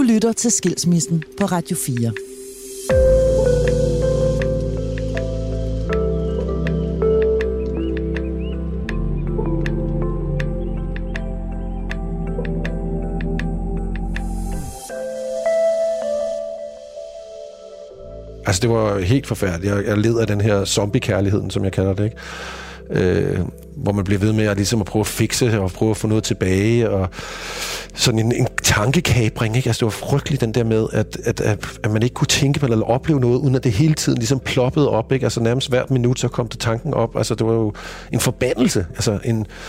lytter til Skilsmissen på Radio 4. Altså, det var helt forfærdeligt. Jeg led af den her zombie-kærligheden, som jeg kalder det, ikke? Hvor man bliver ved med at prøve at fikse og prøve at få noget tilbage, og sådan en tankekabring, ikke? Altså, det var frygteligt, den der med, at man ikke kunne tænke på eller opleve noget, uden at det hele tiden ligesom ploppede op, ikke? Altså, nærmest hvert minut, så kom der tanken op. Altså, det var jo en forbandelse. Altså,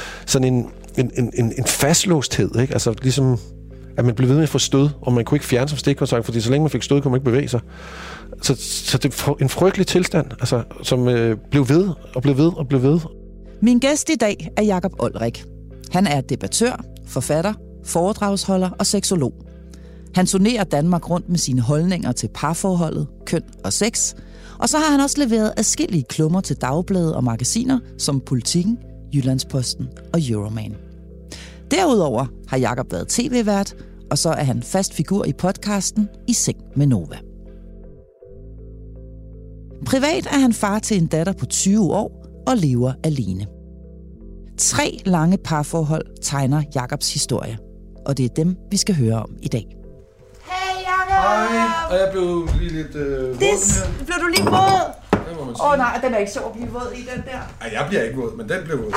en fastlåsthed, ikke? Altså, ligesom at man blev ved med at få stød, og man kunne ikke fjerne sig stikkontakt, fordi så længe man fik stød, kunne man ikke bevæge sig. Så det var en frygtelig tilstand, altså, som blev ved og blev ved og blev ved. Min gæst i dag er Jakob Olrik. Han er debattør, forfatter, foredragsholder og seksolog. Han turnerer Danmark rundt med sine holdninger til parforholdet, køn og sex. Og så har han også leveret adskillige klummer til dagblade og magasiner som Politiken, Jyllandsposten og Euroman. Derudover har Jakob været tv-vært, og så er han fast figur i podcasten I Seng med Nova. Privat er han far til en datter på 20 år og lever alene. 3 lange parforhold tegner Jakobs historie, og det er dem, vi skal høre om i dag. Hey Jakob! Hej, og jeg blev lige lidt våd her. Blev du lige våd? Det må man sige. Nej, den er ikke så at blive våd i den der. Ej, jeg bliver ikke våd, men den blev våd.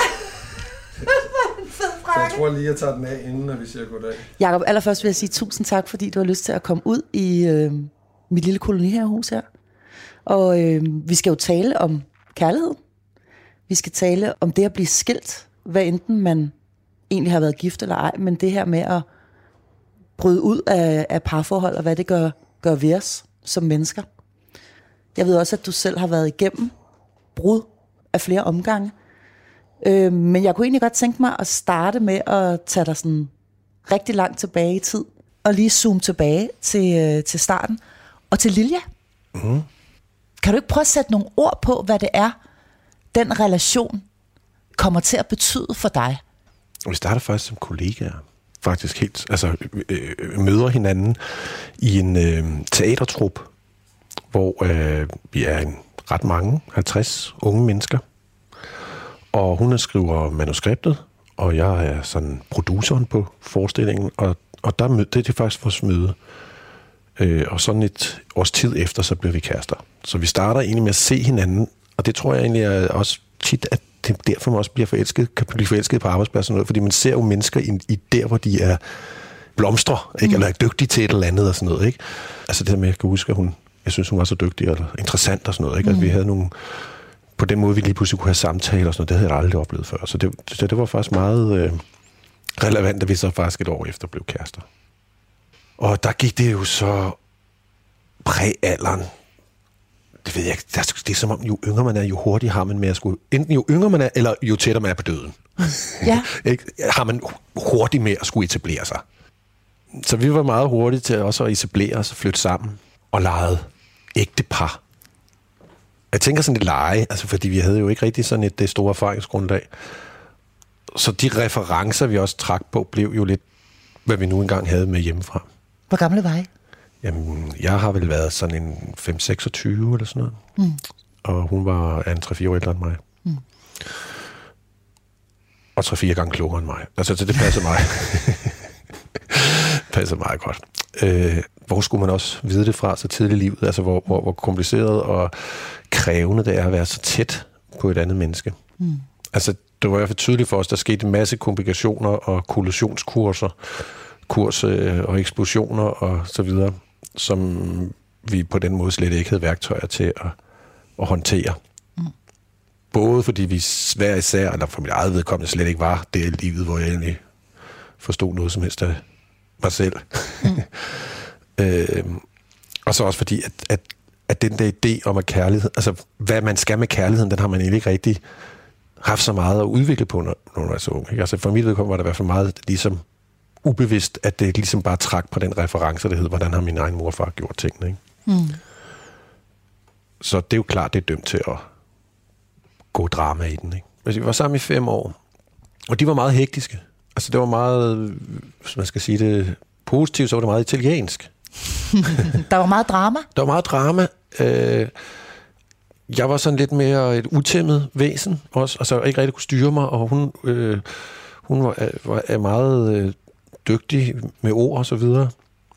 En fed frakke. Så jeg tror lige, jeg tager den af, inden vi siger goddag. Jakob, allerførst vil jeg sige tusind tak, fordi du har lyst til at komme ud i mit lille kolonihavehus her. Og vi skal jo tale om kærlighed. Vi skal tale om det at blive skilt, hvad enten man egentlig har været gift eller ej, men det her med at bryde ud af parforhold, og hvad det gør ved os som mennesker. Jeg ved også, at du selv har været igennem brud af flere omgange. Men jeg kunne egentlig godt tænke mig at starte med at tage dig sådan rigtig langt tilbage i tid, og lige zoome tilbage til starten, og til Lilja. Mm. Kan du ikke prøve at sætte nogle ord på, hvad det er, den relation kommer til at betyde for dig? Vi starter faktisk som kollegaer. Faktisk helt, altså møder hinanden i en teatertrup, hvor vi er ret mange, 50 unge mennesker. Og hun skriver manuskriptet, og jeg er sådan produceren på forestillingen, og det er faktisk vores møde. Og sådan et års tid efter, så bliver vi kærester. Så vi starter egentlig med at se hinanden, og det tror jeg egentlig er også tit, at det er derfor man også kan blive forelsket på arbejdspladsen, fordi man ser jo mennesker i der, hvor de er blomstre, ikke? Eller er dygtige til et eller andet og sådan noget, ikke? Altså det der med, jeg kan huske, at jeg synes, hun var så dygtig eller interessant og sådan noget, ikke? At vi havde nogle, på den måde, vi lige pludselig kunne have samtaler og sådan noget, det havde jeg aldrig oplevet før. Så det var faktisk meget relevant, at vi så faktisk et år efter blev kærester. Og der gik det jo så præalderen. Det ved jeg ikke. Det er som om, jo yngre man er, jo hurtigere har man med at skulle... Enten jo yngre man er, eller jo tættere man er på døden. Ja. Har man hurtigt med at skulle etablere sig. Så vi var meget hurtige til også at etablere os og flytte sammen og lege ægte par. Jeg tænker sådan et lege, altså fordi vi havde jo ikke rigtig sådan det store erfaringsgrundlag. Så de referencer, vi også trak på, blev jo lidt, hvad vi nu engang havde med hjemmefra. Hvor gamle var I? Jamen, jeg har vel været sådan en 5-26 eller sådan noget. Mm. Og hun var 3-4 år ældre end mig. Mm. Og 3-4 gange klogere end mig. Altså, det passer mig. passer meget godt. Hvor skulle man også vide det fra så tidligt i livet? Altså, hvor kompliceret og krævende det er at være så tæt på et andet menneske. Mm. Altså, det var i hvert fald tydeligt for os, der skete en masse komplikationer og kollisionskurser, og eksplosioner og så videre, som vi på den måde slet ikke havde værktøjer til at håndtere. Mm. Både fordi vi hver især, eller for mit eget vedkommende, slet ikke var det i livet, hvor jeg egentlig forstod noget som helst af mig selv. Mm. Og så også fordi, at den der idé om at kærlighed, altså hvad man skal med kærligheden, den har man egentlig ikke rigtig haft så meget at udvikle på, når man er så ung. Ikke? Altså for mit vedkommende var der i hvert fald meget ligesom ubevidst, at det ligesom bare trak på den reference, der hed, hvordan har min egen mor og far gjort tingene. Ikke? Mm. Så det er jo klart, det er dømt til at gå drama i den. Ikke? Altså, vi var sammen i 5 år, og de var meget hektiske. Altså det var meget, hvis man skal sige det positivt, så var det meget italiensk. Der var meget drama. Der var meget drama. Jeg var sådan lidt mere et utæmmet væsen også, altså ikke rigtig kunne styre mig, og hun var meget dygtig med ord og så videre.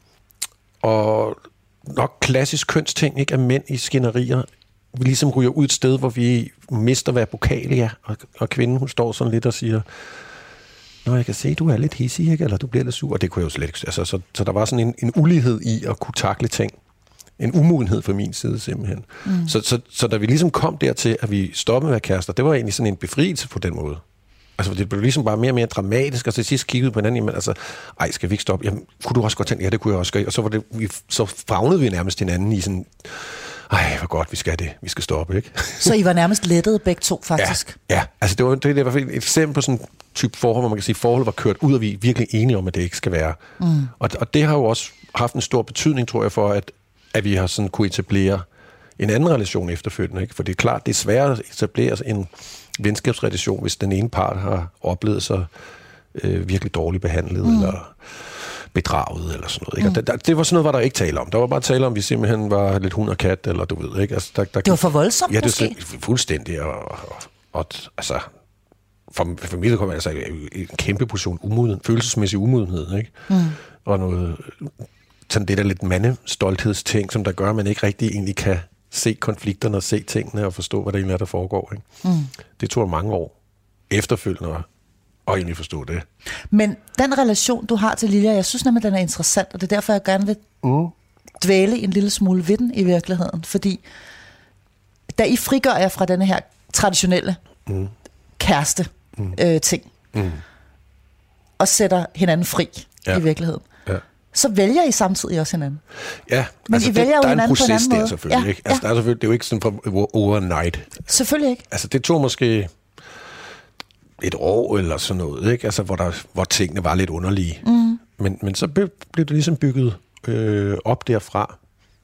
Og nok klassisk kønsting, ikke? Af mænd i skænderier. Vi ligesom ryger ud et sted, hvor vi mister verbokalia, og kvinden, hun står sådan lidt og siger, nå, jeg kan se, du er lidt hissig, ikke? Eller du bliver lidt sur, og det kunne jeg jo slet ikke. Altså, så der var sådan en ulighed i at kunne takle ting. En umodenhed fra min side, simpelthen. Så da vi ligesom kom dertil, at vi stoppede med at være kærester, det var egentlig sådan en befrielse på den måde. Altså, det blev ligesom bare mere og mere dramatisk, og til sidst kiggede på hinanden, men altså, ej, skal vi ikke stoppe? Jamen, kunne du også godt tænke, ja, det kunne jeg også gøre. Og så favnede vi nærmest hinanden i sådan, ej, hvor godt, vi skal det. Vi skal stoppe, ikke? Så I var nærmest lettede begge to, faktisk? Ja. Altså, det var i hvert fald et eksempel på sådan en type forhold, hvor man kan sige, at forholdet var kørt ud, og vi er virkelig enige om, at det ikke skal være. Og det har jo også haft en stor betydning, tror jeg, for at vi har sådan kunne etablere en anden relation efterfølgende, ikke? For det er klart, det er svært at etablere en venskabsrelation, hvis den ene part har oplevet sig virkelig dårligt behandlet, eller bedraget, eller sådan noget. Ikke? Og det var sådan noget, var der ikke tale om. Der var bare tale om, at vi simpelthen var lidt hund og kat, eller du ved, ikke? Altså, det var for voldsomt, måske? Ja, det var fuldstændig, og altså, for mig kom altså en kæmpe portion følelsesmæssig umodenhed, ikke? Og noget, sådan det der lidt mandestolthedsting, som der gør, at man ikke rigtig egentlig kan se konflikterne og se tingene og forstå, hvad der egentlig er, der foregår. Ikke? Det tog mange år efterfølgende at egentlig forstå det. Men den relation, du har til Lilja, jeg synes nemlig, den er interessant, og det er derfor, jeg gerne vil dvæle en lille smule ved den i virkeligheden. Fordi da I frigør jer fra denne her traditionelle kæreste ting, og sætter hinanden fri i virkeligheden, så vælger I samtidig også hinanden. Ja, men altså I vælger der jo er en proces på en der selvfølgelig. Ikke? Altså, der er selvfølgelig, det er jo ikke sådan fra overnight. Selvfølgelig ikke. Altså det tog måske et år eller sådan noget, ikke? Altså, hvor tingene var lidt underlige. Men så blev det ligesom bygget op derfra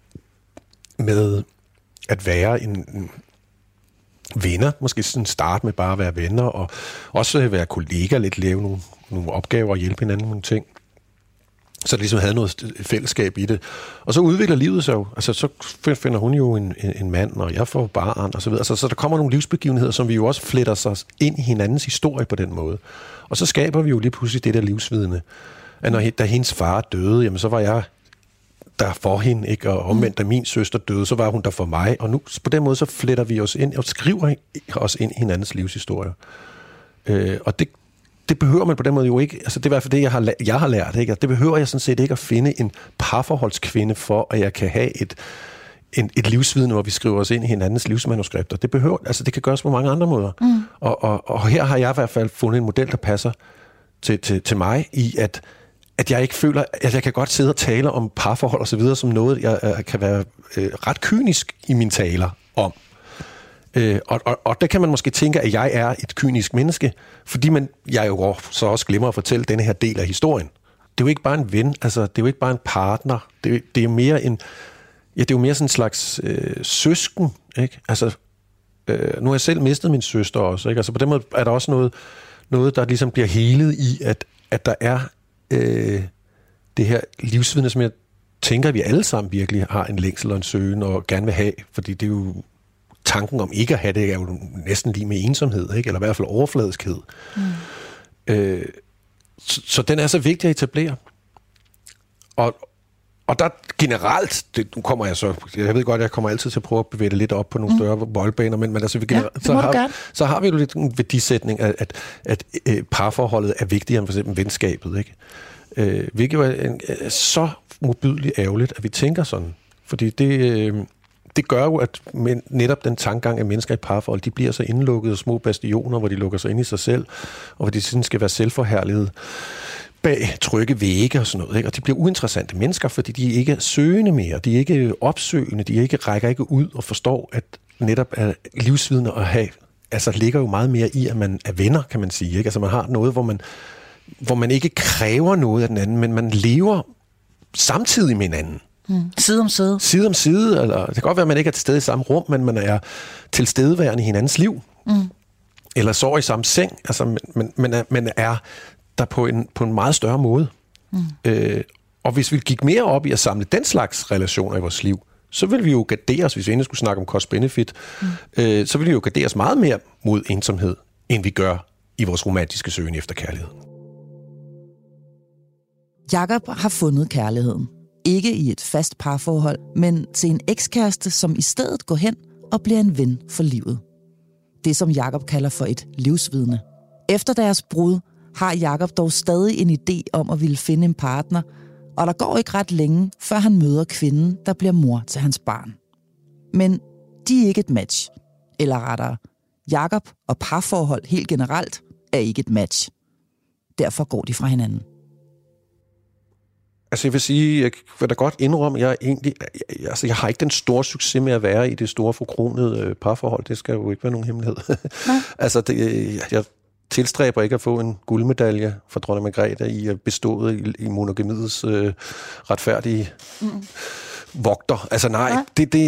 med at være en venner, måske sådan starte med bare at være venner, og også være kolleger, lidt lave nogle opgaver og hjælpe hinanden med nogle ting. Så det ligesom havde noget fællesskab i det. Og så udvikler livet sig jo. Altså, så finder hun jo en mand, og jeg får barn, og så videre. Så der kommer nogle livsbegivenheder, som vi jo også fletter sig ind i hinandens historie på den måde. Og så skaber vi jo lige pludselig det der livsvidne. At da hendes far døde, jamen så var jeg der for hende, ikke? Og omvendt, da min søster døde, så var hun der for mig. Og nu på den måde, så fletter vi os ind og skriver os ind i hinandens livshistorie. Og det behøver man på den måde jo ikke. Altså det er i hvert fald det, jeg har lært. Ikke? Det behøver jeg sådan set ikke at finde en parforholdskvinde for, at jeg kan have et livsvidne, hvor vi skriver os ind i hinandens livsmanuskripter. Det behøver, altså det kan gøres på mange andre måder. Og her har jeg i hvert fald fundet en model, der passer til mig i, at jeg ikke føler, at jeg kan godt sidde og tale om parforhold og så videre, som noget, jeg kan være ret kynisk i mine taler om. Og der kan man måske tænke, at jeg er et kynisk menneske, fordi jeg jo så også glemmer at fortælle denne her del af historien. Det er jo ikke bare en ven, altså det er jo ikke bare en partner. Det er jo mere det er jo mere sådan en slags søsken, ikke? Altså nu har jeg selv mistet min søster også, ikke? Altså på den måde er der også noget der ligesom bliver helet i, at der er det her livsvidne, som jeg tænker, at vi alle sammen virkelig har en længsel og en søgen og gerne vil have, fordi det er jo tanken om ikke at have det er jo næsten lige med ensomhed, ikke? Eller i hvert fald overfladiskhed. Så den er så vigtig at etablere. Og der generelt, nu kommer jeg ved godt, jeg kommer altid til at prøve at bevæge det lidt op på nogle større boldbaner, men altså generelt, så har vi jo lidt en værdisætning, at parforholdet er vigtigere end for eksempel venskabet, ikke? Hvilket jo er så modbydeligt ærgerligt, at vi tænker sådan. Fordi det gør jo, at netop den tankegang af mennesker i parforhold, de bliver så indlukkede små bastioner, hvor de lukker sig ind i sig selv, og hvor de sådan skal være selvforherligede bag trygge vægge og sådan noget, ikke? Og de bliver uinteressante mennesker, fordi de ikke er søgende mere, de er ikke opsøgende, de rækker ikke ud og forstår, at netop er livsvidner at have, altså ligger jo meget mere i, at man er venner, kan man sige, ikke? Altså man har noget, hvor man ikke kræver noget af den anden, men man lever samtidig med hinanden. Side om side. Side om side, eller det kan godt være, at man ikke er til stede i samme rum, men man er tilstedeværende i hinandens liv. Eller sover i samme seng. Altså, man er der på en meget større måde. Og hvis vi gik mere op i at samle den slags relationer i vores liv, så vil vi jo gardere os, hvis vi endelig skulle snakke om cost-benefit, så vil vi jo gardere os meget mere mod ensomhed, end vi gør i vores romantiske søgen efter kærlighed. Jakob har fundet kærligheden. Ikke i et fast parforhold, men til en ekskæreste, som i stedet går hen og bliver en ven for livet. Det, som Jakob kalder for et livsvidne. Efter deres brud har Jakob dog stadig en idé om at ville finde en partner, og der går ikke ret længe, før han møder kvinden, der bliver mor til hans barn. Men de er ikke et match. Eller rettere, Jakob og parforhold helt generelt er ikke et match. Derfor går de fra hinanden. Altså jeg vil sige, jeg vil da godt indrømme, jeg har ikke den store succes med at være i det store forkronede parforhold. Det skal jo ikke være nogen hemmelighed. Altså jeg tilstræber ikke at få en guldmedalje fra dronning Margrethe i at bestå i monogamiets retfærdige vogter. Altså nej,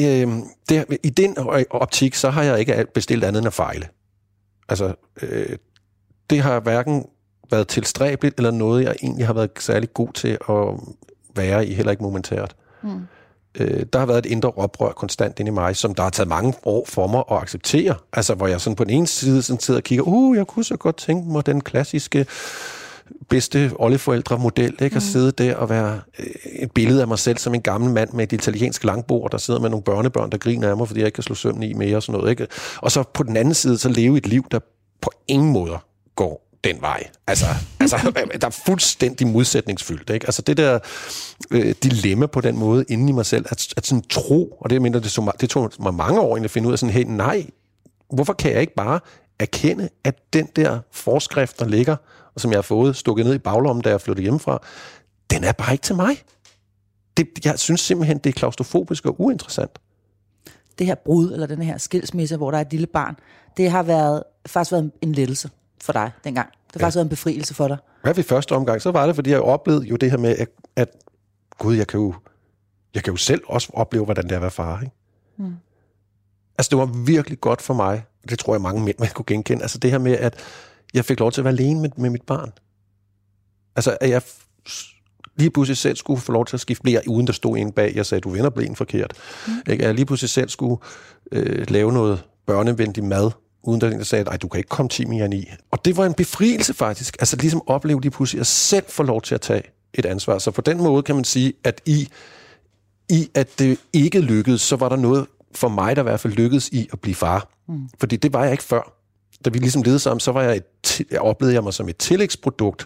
i den optik, så har jeg ikke bestilt andet end at fejle. Altså det har hverken været tilstræbeligt, eller noget, jeg egentlig har været særlig god til at være i, heller ikke momentært. Der har været et indre oprør konstant inde i mig, som der har taget mange år for mig at acceptere. Altså, hvor jeg sådan på den ene side sådan sidder og kigger, jeg kunne så godt tænke mig den klassiske bedste oldeforældre-model, ikke? At sidde der og være et billede af mig selv som en gammel mand med et italiensk langbord, der sidder med nogle børnebørn, der griner af mig, fordi jeg ikke kan slå søvn i mere og sådan noget, ikke? Og så på den anden side, så leve et liv, der på ingen måder går den vej. Altså der er fuldstændig modsætningsfyldt, ikke? Altså det der dilemma på den måde inden i mig selv, at sådan tro, og det tog mig mange år at finde ud af sådan, hey, nej, hvorfor kan jeg ikke bare erkende, at den der forskrift, der ligger, og som jeg har fået stukket ned i baglommen, da jeg flyttede hjemmefra, den er bare ikke til mig. Jeg synes simpelthen, det er klaustrofobisk og uinteressant. Det her brud, eller den her skilsmisse, hvor der er et lille barn, det har faktisk været en lettelse for dig dengang. Det har faktisk været en befrielse for dig. Hvad ved første omgang, så var det, fordi jeg oplevede jo det her med, at gud, jeg kan jo selv også opleve, hvordan det er at være far, ikke? Altså, det var virkelig godt for mig. Det tror jeg, mange mænd man kunne genkende. Altså, det her med, at jeg fik lov til at være alene med mit barn. Altså, at jeg lige pludselig selv skulle få lov til at skifte blæer, uden der stod en bag, jeg sagde, du vender blæen forkert. At jeg lige pludselig selv skulle lave noget børnevenlig mad, uden der sagde, at du kan ikke komme timian i. Og det var en befrielse faktisk. Altså ligesom opleve lige pludselig at selv få lov til at tage et ansvar. Så på den måde kan man sige, at i at det ikke lykkedes, så var der noget for mig, der i hvert fald lykkedes i at blive far. Fordi det var jeg ikke før. Da vi ligesom levede sammen, så var oplevede jeg mig som et tillægsprodukt.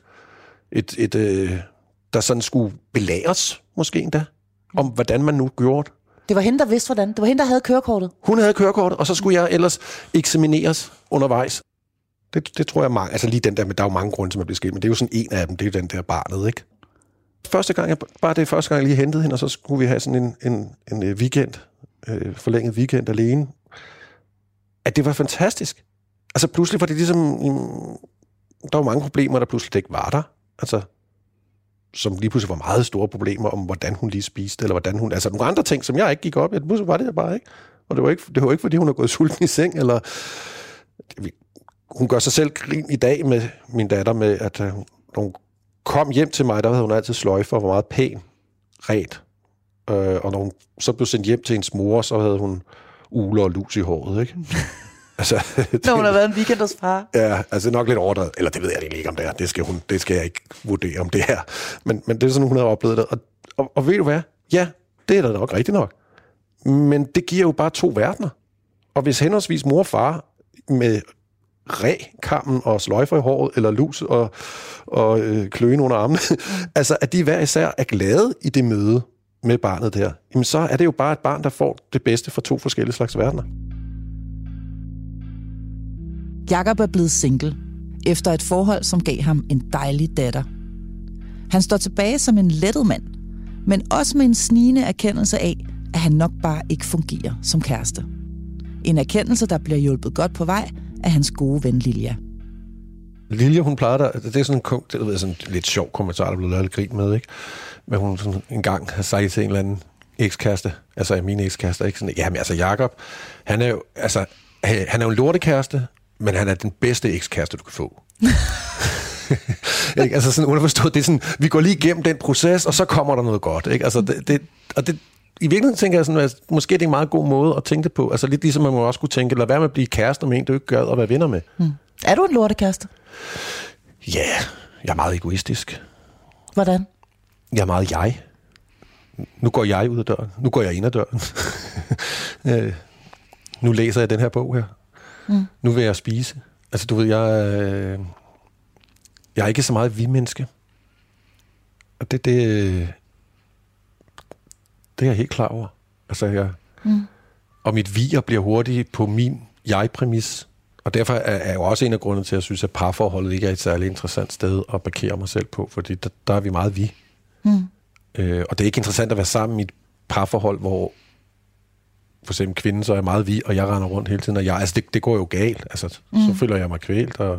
Der sådan skulle belæres, måske endda, om hvordan man nu gjorde det. Det var hende, der vidste, hvordan. Det var hende, der havde kørekortet. Hun havde kørekortet, og så skulle jeg ellers eksamineres undervejs. Det tror jeg mange. Altså lige den der, men der er jo mange grunde til, at man bliver skilt, men det er jo sådan en af dem, det er jo den der barnet, ikke? Første gang jeg lige hentede hende, og så skulle vi have sådan en weekend, forlænget weekend alene. At det var fantastisk. Altså pludselig var det ligesom, der var mange problemer, der pludselig ikke var der. Altså, som lige pludselig var meget store problemer om, hvordan hun lige spiste, eller hvordan hun... Altså nogle andre ting, som jeg ikke gik op i, pludselig var det bare ikke. Og det var ikke fordi hun har gået sulten i seng, eller... Hun gør sig selv grin i dag med min datter, med at hun kom hjem til mig, der havde hun altid sløjfer og var meget pæn, ret. Og når hun så blev sendt hjem til hendes mor, så havde hun uler og lus i håret, ikke? Altså, når hun har været en weekend hos far. Ja, altså nok lidt overdrevet. Eller det ved jeg ikke om det er. Det skal jeg ikke vurdere om det her. Men det er sådan, hun har oplevet det. Og ved du hvad? Ja, det er da nok rigtigt nok. Men det giver jo bare to verdener. Og hvis henholdsvis mor og far med kammen og sløjfer i håret, eller lus og kløen under armene, altså at de hver især er glade i det møde med barnet der, jamen så er det jo bare et barn, der får det bedste fra to forskellige slags verdener. Jakob er blevet single, efter et forhold, som gav ham en dejlig datter. Han står tilbage som en lettet mand, men også med en snigende erkendelse af, at han nok bare ikke fungerer som kæreste. En erkendelse, der bliver hjulpet godt på vej af hans gode ven Lilja. Lilja, hun plejer det er sådan en lidt sjov kommentar, der blev lavet lidt grin med, ikke? Men hun sådan en gang har sagt til en eller anden ekskæreste, altså min ekskæreste, ikke sådan, jamen altså Jakob, han er jo en lortekæreste, men han er den bedste ekskæreste, du kan få. Ikke? Altså sådan underforstået, det er sådan, vi går lige igennem den proces, og så kommer der noget godt. Ikke? Altså det i virkeligheden tænker jeg sådan, at måske det er en meget god måde at tænke det på. Altså lidt ligesom man må også kunne tænke, lad være med at blive kærester med en, du ikke gør at være venner med. Er du en lortekæreste? Ja, jeg er meget egoistisk. Hvordan? Jeg er meget jeg. Nu går jeg ud af døren. Nu går jeg ind ad døren. Nu læser jeg den her bog her. Nu vil jeg spise. Altså du ved, jeg er ikke så meget vi-menneske. Og det er jeg helt klar over. Altså og mit vier bliver hurtigt på min jeg-præmis. Og derfor er jo også en af grundene til, at jeg synes, at parforholdet ikke er et særligt interessant sted at parkere mig selv på, fordi der er vi meget vi. Og det er ikke interessant at være sammen i et parforhold, hvor for eksempel kvinden så er meget vi, og jeg render rundt hele tiden, og det går jo galt. Altså, så føler jeg mig kvælt, og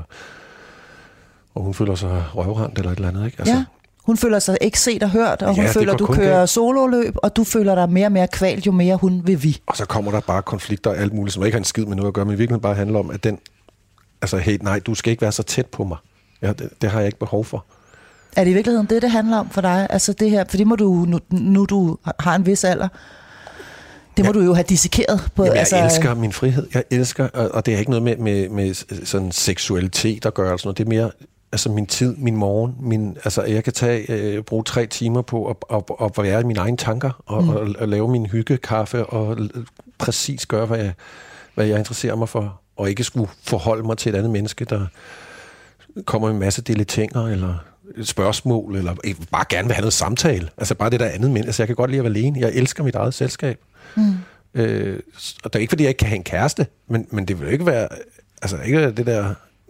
hun føler sig røvrendt eller et eller andet, ikke? Altså, ja. Hun føler sig ikke set og hørt, og hun føler, du kører sololøb, og du føler dig mere og mere kvalt, jo mere hun vil vi. Og så kommer der bare konflikter og alt muligt, som ikke har en skid med noget at gøre, men virkelig bare handler om, at den, altså hey, nej, du skal ikke være så tæt på mig. Ja, det har jeg ikke behov for. Er det i virkeligheden det handler om for dig? Altså det her, for det må du, nu du har en vis alder, det må du jo have dissekeret på. Jamen, jeg elsker min frihed. Jeg elsker, og det er ikke noget med sådan seksualitet at gøre, eller sådan noget. Det er mere altså min tid, min morgen, altså jeg kan bruge 3 timer på at være i mine egne tanker og lave min hyggekaffe og præcis gøre, hvad jeg interesserer mig for, og ikke skulle forholde mig til et andet menneske, der kommer med en masse deleteringer eller spørgsmål, eller bare gerne vil have noget samtale. Altså bare det der andet menneske. Altså jeg kan godt lide at være alene. Jeg elsker mit eget selskab. Og det er ikke, fordi jeg ikke kan have en kæreste, men det vil jo ikke være, altså ikke det der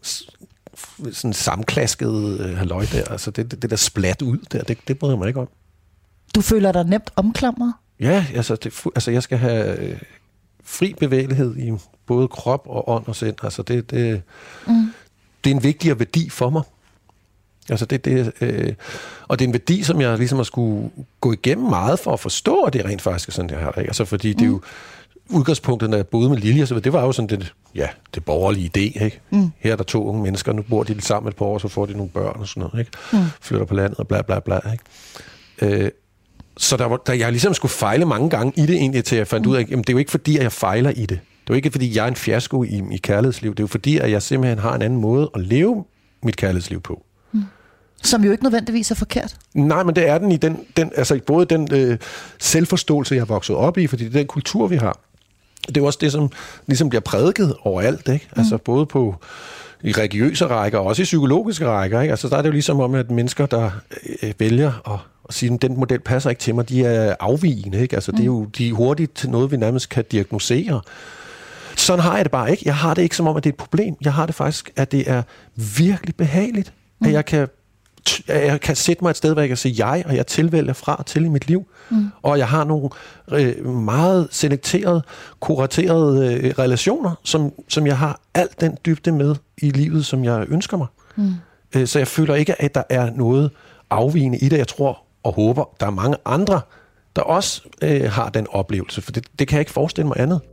sådan sammenklaskede halløj der, altså det der splat ud der, det bryder jeg mig ikke om. Du føler dig nemt omklamret? Ja, altså jeg skal have fri bevægelighed i både krop og ånd og sind. Altså det er en vigtigere værdi for mig. Altså og det er en værdi, som jeg ligesom har skulle gå igennem meget for at forstå, at det rent faktisk er sådan, jeg har det. Altså fordi det er jo udgangspunktet, når jeg boede med Lilje, så det var jo sådan det borgerlige idé, ikke? Her er der 2 unge mennesker, nu bor de lidt sammen et par år, så får de nogle børn og sådan noget, ikke? Flytter på landet og bla bla bla, ikke? Så der jeg ligesom skulle fejle mange gange i det egentlig, til jeg fandt ud af, jamen det er jo ikke fordi, at jeg fejler i det. Det er jo ikke fordi, jeg er en fiasko i kærlighedsliv. Det er jo fordi, at jeg simpelthen har en anden måde at leve mit kærlighedsliv på. Som jo ikke nødvendigvis er forkert. Nej, men det er den i den altså både den selvforståelse, jeg har vokset op i, fordi det er den kultur, vi har. Det er jo også det, som ligesom bliver prædiket overalt, ikke? Altså både i religiøse rækker, og også i psykologiske rækker, ikke? Altså der er det jo ligesom om, at mennesker, der vælger at sige, at den model passer ikke til mig, de er afvigende, ikke? Altså det er jo de er hurtigt til noget, vi nærmest kan diagnosere. Sådan har jeg det bare ikke. Jeg har det ikke som om, at det er et problem. Jeg har det faktisk, at det er virkelig behageligt, at jeg kan sætte mig et sted, hvor jeg kan sige jeg, og jeg tilvælger fra til i mit liv. Og jeg har nogle meget selekterede, kuraterede relationer, som jeg har alt den dybde med i livet, som jeg ønsker mig. Så jeg føler ikke, at der er noget afvigende i det. Jeg tror og håber, der er mange andre, der også har den oplevelse, for det kan jeg ikke forestille mig andet.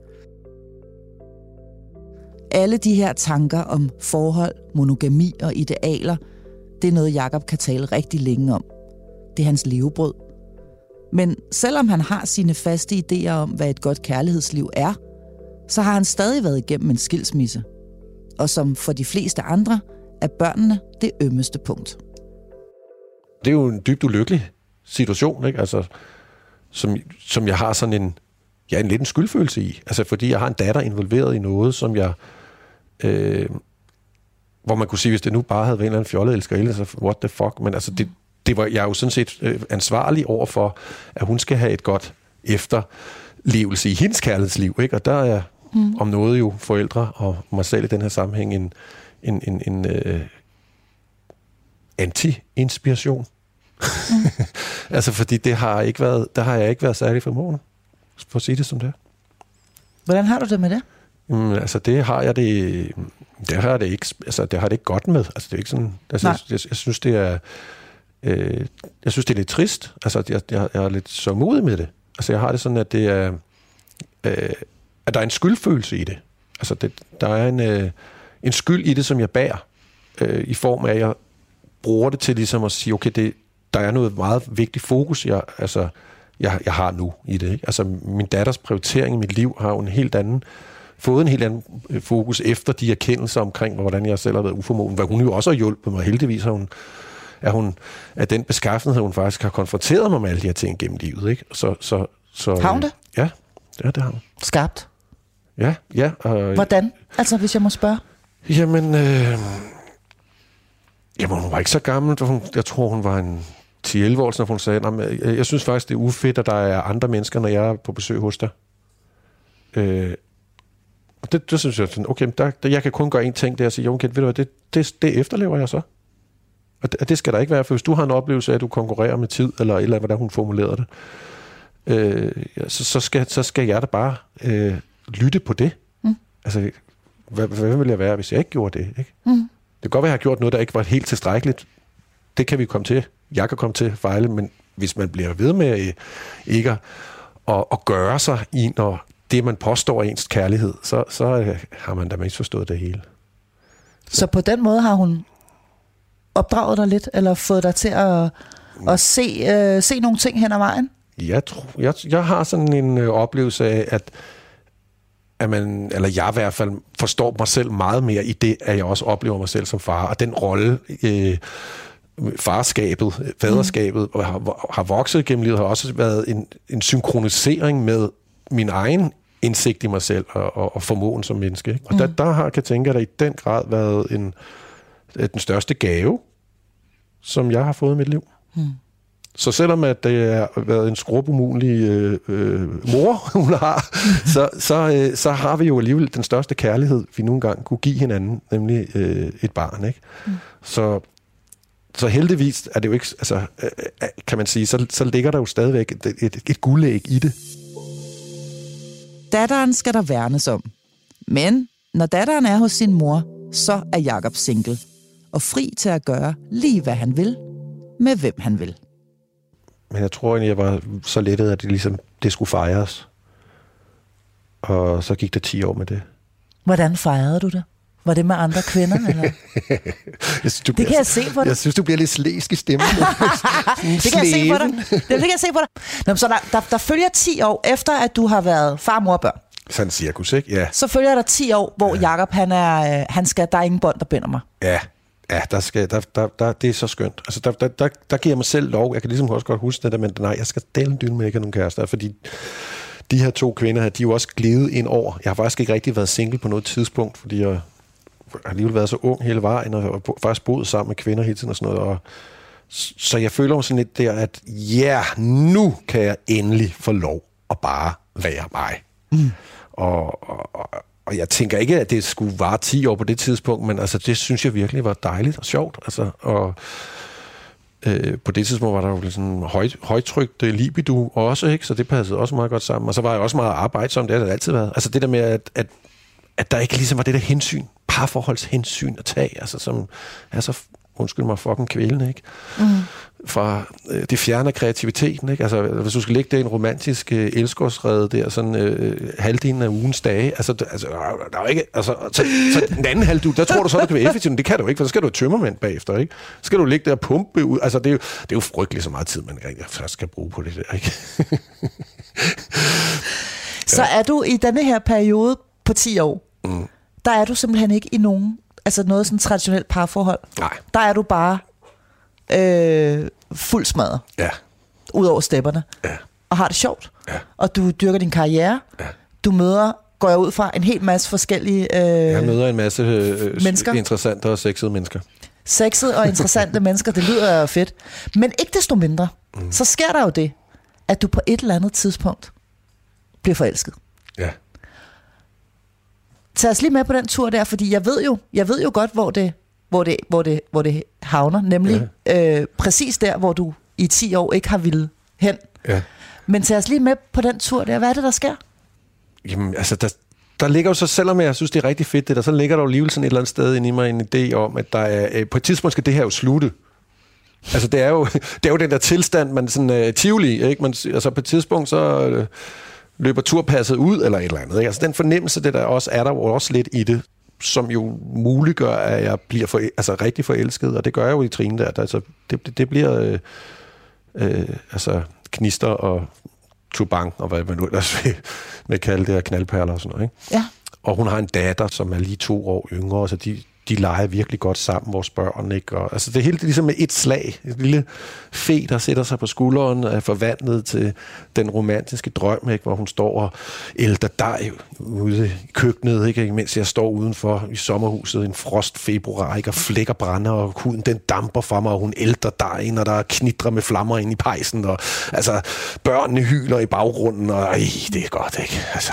Alle de her tanker om forhold, monogami og idealer, det er noget, Jakob kan tale rigtig længe om. Det er hans levebrød. Men selvom han har sine faste idéer om, hvad et godt kærlighedsliv er, så har han stadig været igennem en skilsmisse. Og som for de fleste andre, er børnene det ømmeste punkt. Det er jo en dybt ulykkelig situation, ikke? Altså, som jeg har sådan en lidt en skyldfølelse i. Altså, fordi jeg har en datter involveret i noget, som jeg... hvor man kunne sige, hvis det nu bare havde været en eller anden fjollet elskerinde, så what the fuck, men altså det var jeg jo sådan set ansvarlig over for, at hun skal have et godt efterlevelse i hendes kærlighedsliv, ikke? Og der er om noget jo forældre og mig selv i den her sammenhæng en anti-inspiration. Altså fordi der har jeg ikke været særlig formående, for at sige det som det. Hvordan har du det med det? Altså det har jeg det ikke, altså det har det ikke godt med. Altså det er ikke sådan, altså, jeg synes det er jeg synes det er lidt trist. Altså jeg er lidt sørgmodig med det. Altså jeg har det sådan, at det er at der er en skyldfølelse i det. Altså der er en skyld i det, som jeg bærer i form af, at jeg bruger det til ligesom at sige, okay, der er noget meget vigtigt fokus, jeg har nu i det. Ikke? Altså, min datters prioritering i mit liv har jo fået en helt anden fokus efter de erkendelser omkring, hvordan jeg selv har været uformåen, hvad hun jo også har hjulpet mig. Heldigvis er hun af den beskaffenhed, hun faktisk har konfronteret mig med alle de her ting gennem livet. Ikke? Så, har hun det? Ja, det har hun. Skarpt? Ja. Hvordan? Altså, hvis jeg må spørge? Jamen, hun var ikke så gammel. Jeg tror, hun var en 10-11 år, når hun sagde, jeg synes faktisk, det er ufedt, at der er andre mennesker, når jeg er på besøg hos dig. Det synes jeg sådan, okay, jeg kan kun gøre en ting, det er at sige, okay, ved du hvad, det efterlever jeg så. Og det skal der ikke være, for hvis du har en oplevelse af, at du konkurrerer med tid, eller et eller andet, hvordan hun formulerede det, så skal jeg da bare lytte på det. Altså, hvad ville jeg være, hvis jeg ikke gjorde det? Ikke? Det kan godt være, at jeg har gjort noget, der ikke var helt tilstrækkeligt. Det kan vi komme til. Jeg kan komme til at fejle, men hvis man bliver ved med ikke at gøre sig i, når det, man påstår er ens kærlighed, så har man da misforstået det hele. Så på den måde har hun opdraget dig lidt, eller fået dig til at se nogle ting hen ad vejen? Jeg har sådan en oplevelse af, at man, eller jeg i hvert fald forstår mig selv meget mere i det, at jeg også oplever mig selv som far, og den rolle, farskabet, faderskabet, har vokset gennem livet, har også været en synkronisering med min egen indsigt i mig selv og formåen som menneske. Ikke? Og der kan jeg tænke, at der i den grad været den største gave, som jeg har fået i mit liv. Så selvom at det har været en skrubumulig mor, hun har, så har vi jo alligevel den største kærlighed, vi nogle gange kunne give hinanden, nemlig et barn. Ikke? Så heldigvis er det jo ikke, altså, kan man sige, så ligger der jo stadigvæk et guldæg i det. Datteren skal der værnes om. Men når datteren er hos sin mor, så er Jakob single og fri til at gøre lige hvad han vil, med hvem han vil. Men jeg tror egentlig, jeg var så lettet, at det skulle fejres. Og så gik der 10 år med det. Hvordan fejrede du det? Var det med andre kvinder, eller? Det kan jeg se på dig. Jeg synes, du bliver lidt slæsk i stemmen. Det kan jeg se på dig. Det kan jeg se på dig. Nå, så der følger 10 år efter, at du har været far, mor og børn. Sådan cirkus, ikke? Ja. Så følger der 10 år, hvor Jakob, der er ingen bånd, der binder mig. Ja, det er så skønt. Altså, der giver jeg mig selv lov. Jeg kan ligesom også godt huske det, men nej, jeg skal dele dyne med ikke have nogen kærester, fordi de her 2 kvinder her, de er jo også glædet ind over. Jeg har faktisk ikke rigtig været single på noget tidspunkt, fordi jeg har alligevel været så ung hele vejen, og faktisk boet sammen med kvinder hele tiden og sådan noget. Og så jeg føler mig sådan lidt der, at nu kan jeg endelig få lov at bare være mig. Og jeg tænker ikke, at det skulle vare 10 år på det tidspunkt, men altså, det synes jeg virkelig var dejligt og sjovt. Altså, og på det tidspunkt var der jo sådan højtrykt libido også, ikke? Så det passede også meget godt sammen. Og så var jeg også meget arbejdsom, det har det altid været. Altså det der med, at der ikke ligesom var det der hensyn, parforholdshensyn at tage, altså som er så, undskyld mig, fucking kvælende, ikke? Fra det fjerner kreativiteten, ikke? Altså, hvis du skal lægge det i en romantisk elskovsrede der, sådan halvdelen af ugens dage, altså der er ikke, altså, så den anden halvdel, der tror du så, det kan være effektivt, det kan du ikke, for så skal du have tømmermænd bagefter, ikke? Så skal du ligge der og pumpe ud, altså det er jo frygteligt så meget tid, man først skal bruge på det der, ikke? Så er du i denne her periode på 10 år, der er du simpelthen ikke i nogen, altså noget sådan traditionelt parforhold. Nej. Der er du bare fuld smadret. Ja. Ud over stepperne. Ja. Og har det sjovt. Ja. Og du dyrker din karriere. Ja. Du går jeg ud fra, en hel masse forskellige jeg møder en masse mennesker. Interessante og sexede mennesker. Sexede og interessante mennesker, det lyder fedt. Men ikke desto mindre, så sker der jo det, at du på et eller andet tidspunkt bliver forelsket. Ja. Tag os lige med på den tur der, fordi jeg ved jo godt, hvor det havner, nemlig præcis der, hvor du i 10 år ikke har ville hen. Ja. Men tag os lige med på den tur der. Hvad er det, der sker? Jamen, altså, der ligger jo så, selvom jeg synes, det er rigtig fedt det der, så ligger der jo alligevel sådan et eller andet sted inde i mig en idé om, at der er, på et tidspunkt skal det her jo slutte. Altså, det er jo den der tilstand, man sådan tivoli, ikke? Altså, på et tidspunkt, løber turpasset ud, eller et eller andet. Ikke? Altså, den fornemmelse, det der også er der jo også lidt i det, som jo muliggør, at jeg bliver rigtig forelsket, og det gør jeg jo i Trine der. Altså, det bliver knister og tubang, og hvad man nu ellers vil kalde det her, knaldperler og sådan noget. Ikke? Ja. Og hun har en datter, som er lige 2 år yngre, så de leger virkelig godt sammen, vores børn. Ikke? Og, altså, det er helt ligesom med et slag. Et lille fe, der sætter sig på skulderen, er forvandlet til den romantiske drøm, ikke? Hvor hun står og ælter dej ude i køkkenet, ikke? Mens jeg står udenfor i sommerhuset en frost februar, ikke? Og flækker brænder, og huden den damper for mig, og hun ælter dejen, og der knitrer med flammer ind i pejsen, og altså, børnene hyler i baggrunden, og det er godt, ikke? Altså...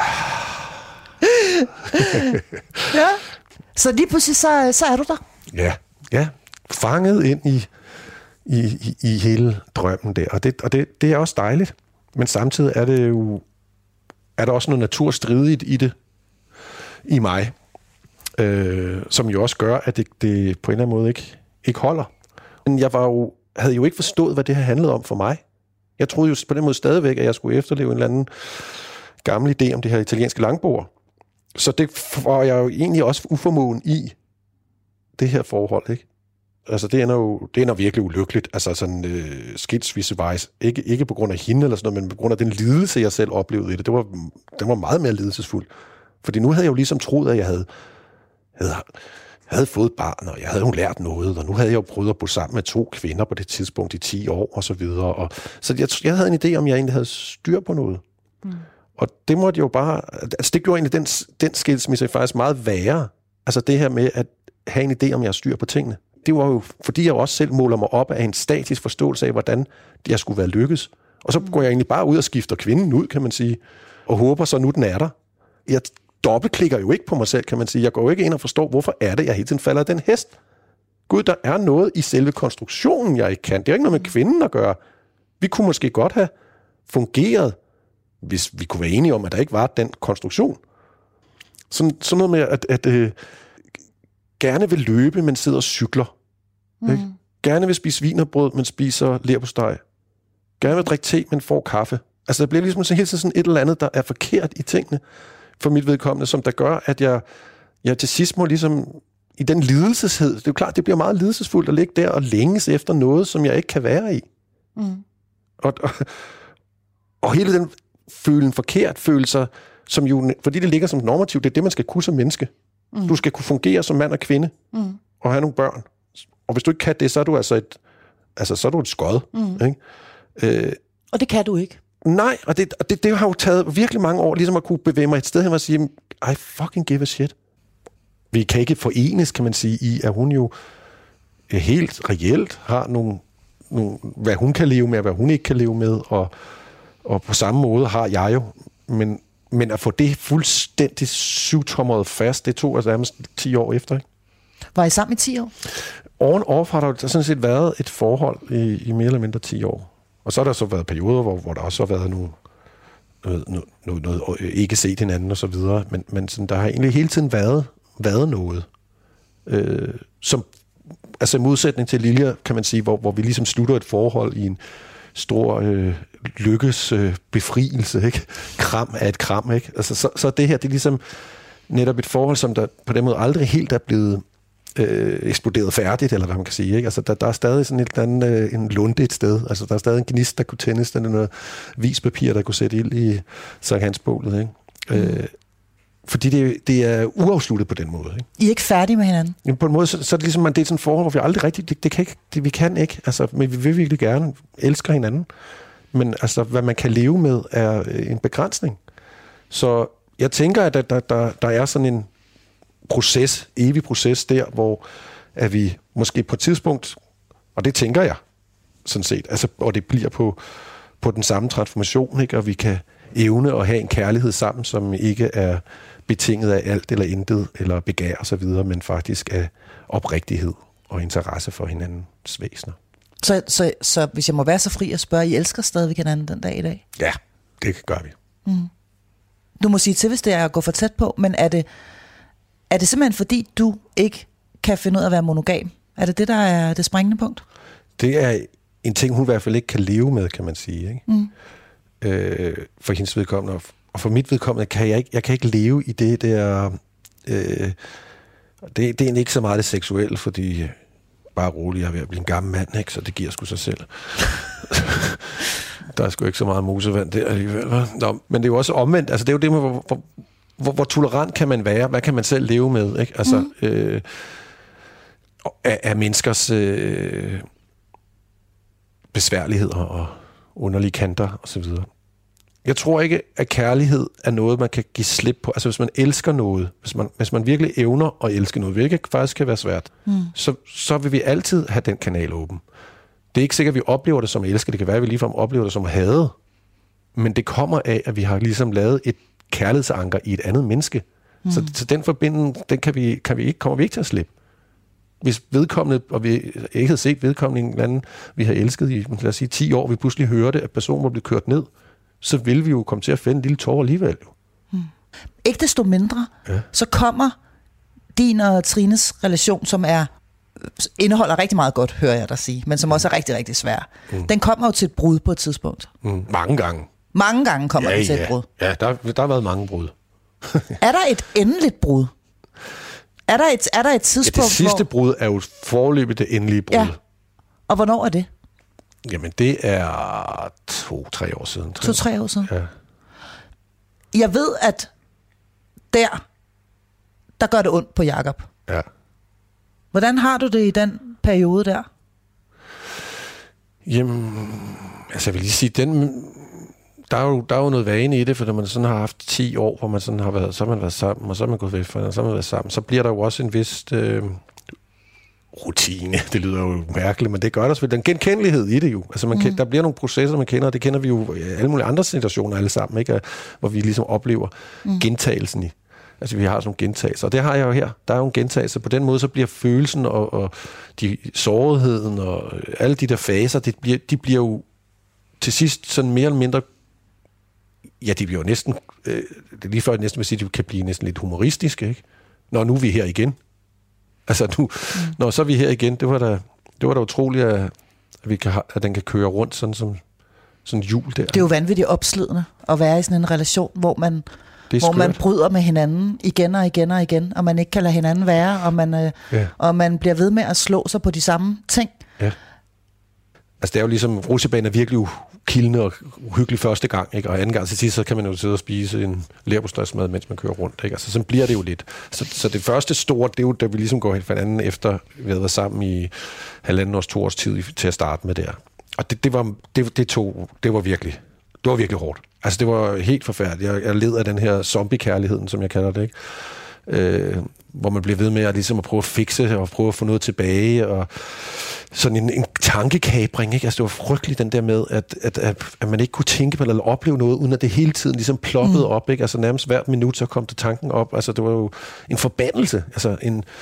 Ja. Så lige pludselig, så er du der. Ja. Fanget ind i hele drømmen der. Og det er også dejligt. Men samtidig er der også noget naturstridigt i det, i mig, som jo også gør, at det på en eller anden måde ikke holder. Men jeg havde jo ikke forstået, hvad det her handlede om for mig. Jeg troede jo på den måde stadigvæk, at jeg skulle efterleve en eller anden gammel idé om det her italienske langbord. Så det var jeg jo egentlig også uformåen i det her forhold, ikke? Altså, det ender virkelig ulykkeligt, altså sådan skilsmissevejs. Ikke på grund af hende eller sådan noget, men på grund af den lidelse, jeg selv oplevede i det. Den var meget mere lidelsesfuld. Fordi nu havde jeg jo ligesom troet, at jeg havde fået et barn, og jeg havde jo lært noget, og nu havde jeg jo prøvet at bo sammen med 2 kvinder på det tidspunkt i 10 år, og så videre. Og så jeg havde en idé om, jeg egentlig havde styr på noget. Mm. Og det måtte jo bare... Altså, det gjorde egentlig den skilsmisse faktisk meget værre. Altså, det her med at have en idé om, jeg har styr på tingene. Det var jo, fordi jeg også selv måler mig op af en statisk forståelse af, hvordan jeg skulle være lykkes. Og så går jeg egentlig bare ud og skifter kvinden ud, kan man sige, og håber så, nu den er der. Jeg dobbeltklikker jo ikke på mig selv, kan man sige. Jeg går jo ikke ind og forstår, hvorfor er det, jeg hele tiden falder af den hest. Gud, der er noget i selve konstruktionen, jeg ikke kan. Det er ikke noget med kvinden at gøre. Vi kunne måske godt have fungeret, hvis vi kunne være enige om, at der ikke var den konstruktion. Sådan noget med, at gerne vil løbe, men sidder og cykler. Ikke? Gerne vil spise wienerbrød, men spiser leverpostej. Gerne vil drikke te, men får kaffe. Altså, der bliver ligesom hele tiden sådan et eller andet, der er forkert i tingene, for mit vedkommende, som der gør, at jeg til sidst må ligesom, i den lidelseshed, det er jo klart, det bliver meget lidelsesfuldt at ligge der og længes efter noget, som jeg ikke kan være i. Mm. Og hele den følelser, som jo, fordi det ligger som normativt, det er det, man skal kunne som menneske. Mm. Du skal kunne fungere som mand og kvinde, og have nogle børn. Og hvis du ikke kan det, så er du så er du et skod. Ikke? Og det kan du ikke. Nej, og det har jo taget virkelig mange år, ligesom at kunne bevæge mig et sted hen og sige, I fucking give a shit. Vi kan ikke forenes, kan man sige, i at hun jo helt reelt har nogle hvad hun kan leve med, og hvad hun ikke kan leve med, og på samme måde har jeg jo, men at få det fuldstændig syvtommeret fast, det tog altså nærmest 10 år efter, ikke? Var I sammen i 10 år? On off har der sådan set været et forhold i mere eller mindre 10 år. Og så har der så været perioder, hvor der også har været noget ikke set hinanden og så videre, men sådan, der har egentlig hele tiden været noget, som, altså i modsætning til Lilja, kan man sige, hvor vi ligesom slutter et forhold i en stor lykkes befrielse, ikke? Kram er et kram, ikke? Altså, så det her, det er ligesom netop et forhold, som der på den måde aldrig helt er blevet eksploderet færdigt, eller hvad man kan sige, ikke? Altså, der er stadig sådan et andet, en lunde et sted. Altså, der er stadig en gnist, der kunne tændes, der er noget vispapir, der kunne sætte ild i Sankt Hans-bålet, ikke? Fordi det er uafsluttet på den måde, ikke? I er ikke færdige med hinanden? Ja, på en måde, så er det ligesom, det er sådan et forhold, hvor vi aldrig rigtigt, vi kan ikke, altså, men vi vil virkelig gerne elske hinanden. Men altså, hvad man kan leve med, er en begrænsning. Så jeg tænker, at der er sådan en evig proces der, hvor at vi måske på et tidspunkt, og det tænker jeg sådan set, altså, og det bliver på den samme transformation, ikke? Og vi kan evne at have en kærlighed sammen, som ikke er betinget af alt eller intet, eller begær og så videre, men faktisk af oprigtighed og interesse for hinandens væsener. Så hvis jeg må være så fri at spørge, I elsker stadigvæk hinanden den dag i dag? Ja, det gør vi. Mm. Du må sige til, hvis det er at gå for tæt på, men er det simpelthen fordi, du ikke kan finde ud af at være monogam? Er det det, der er det springende punkt? Det er en ting, hun i hvert fald ikke kan leve med, kan man sige, ikke? Mm. For hendes vedkommende, og for mit vedkommende, jeg kan ikke leve i det der Det er ikke så meget det seksuelle, fordi bare roligt, jeg er ved at blive en gammel mand, ikke? Så det giver sgu sig selv. Der er sgu ikke så meget mosevand der alligevel. Nå, men det er jo også omvendt. Altså, det er jo det med, hvor tolerant kan man være? Hvad kan man selv leve med? Ikke? Altså, af menneskers besværligheder og underlige kanter osv. Jeg tror ikke, at kærlighed er noget, man kan give slip på. Altså, hvis man elsker noget, hvis man virkelig evner at elske noget, hvilket faktisk kan være svært, så vil vi altid have den kanal åben. Det er ikke sikkert, at vi oplever det som at elske. Det kan være, at vi ligefrem oplever det som at hade. Men det kommer af, at vi har ligesom lavet et kærlighedsanker i et andet menneske. Så den forbindelse, den kommer vi ikke til at slippe. Hvis vedkommende, og vi ikke havde set vedkommende en eller anden, vi har elsket i, lad os sige, 10 år, vi pludselig hørte, at personen var blevet kørt ned, så vil vi jo komme til at finde en lille tår alligevel. Ikke desto mindre, så kommer din og Trines relation, som indeholder rigtig meget godt, hører jeg dig sige, men som også er rigtig, rigtig svær. Den kommer jo til et brud på et tidspunkt. Mange gange. Mange gange kommer den til et brud. Ja, der har været mange brud. Er der et endeligt brud? Er der et tidspunkt, det sidste brud er jo foreløbig det endelige brud. Ja. Og hvornår er det? Jamen, det er 2-3 år siden. 2-3 år siden? Ja. Jeg ved, at der gør det ondt på Jakob. Ja. Hvordan har du det i den periode der? Jamen, altså jeg vil lige sige, der er jo noget vane i det, for når man sådan har haft 10 år, hvor man sådan har været, så har man været sammen, og så har man gået væk fra, og så har man været sammen, så bliver der jo også en vis rutine. Det lyder jo mærkeligt, men det gør der selvfølgelig. Den genkendelighed i det jo. Altså der bliver nogle processer, man kender, og det kender vi jo i alle mulige andre situationer alle sammen, ikke? Hvor vi ligesom oplever gentagelsen i. Altså, vi har sådan nogle gentagelser, og det har jeg jo her. Der er jo en gentagelse. På den måde, så bliver følelsen og sårigheden og alle de der faser, de bliver jo til sidst sådan mere eller mindre, ja, de bliver jo næsten, det er lige før jeg næsten vil sige, at de kan blive næsten lidt humoristiske, ikke? Når nu er vi her igen. Altså nu, når så er vi her igen, det var da utroligt, at den kan køre rundt sådan som sådan hjul der. Det er jo vanvittigt opslidende at være i sådan en relation, hvor man bryder med hinanden igen og igen og igen, og man ikke kan lade hinanden være, og man bliver ved med at slå sig på de samme ting. Ja. Altså det er jo ligesom, rutsjebanen er virkelig kildende og uhyggelig første gang, ikke? Og anden gang til sidst, så kan man jo sidde og spise en leverpostejsmad, mens man kører rundt, ikke? Altså sådan bliver det jo lidt. Så det første store, det er jo, da vi ligesom går helt for anden efter, vi havde været sammen i 1,5 års, 2 års tid til at starte med der. Og det var virkelig hårdt. Altså det var helt forfærdeligt. Jeg led af den her zombie-kærligheden, som jeg kalder det, ikke? Hvor man bliver ved med at, ligesom at prøve at fikse og prøve at få noget tilbage, og sådan en tankekabring, ikke? Altså det var frygteligt den der med, at man ikke kunne tænke på eller opleve noget, uden at det hele tiden ligesom ploppede op, ikke? Altså nærmest hvert minut, så kom det tanken op. Altså det var jo en forbandelse, altså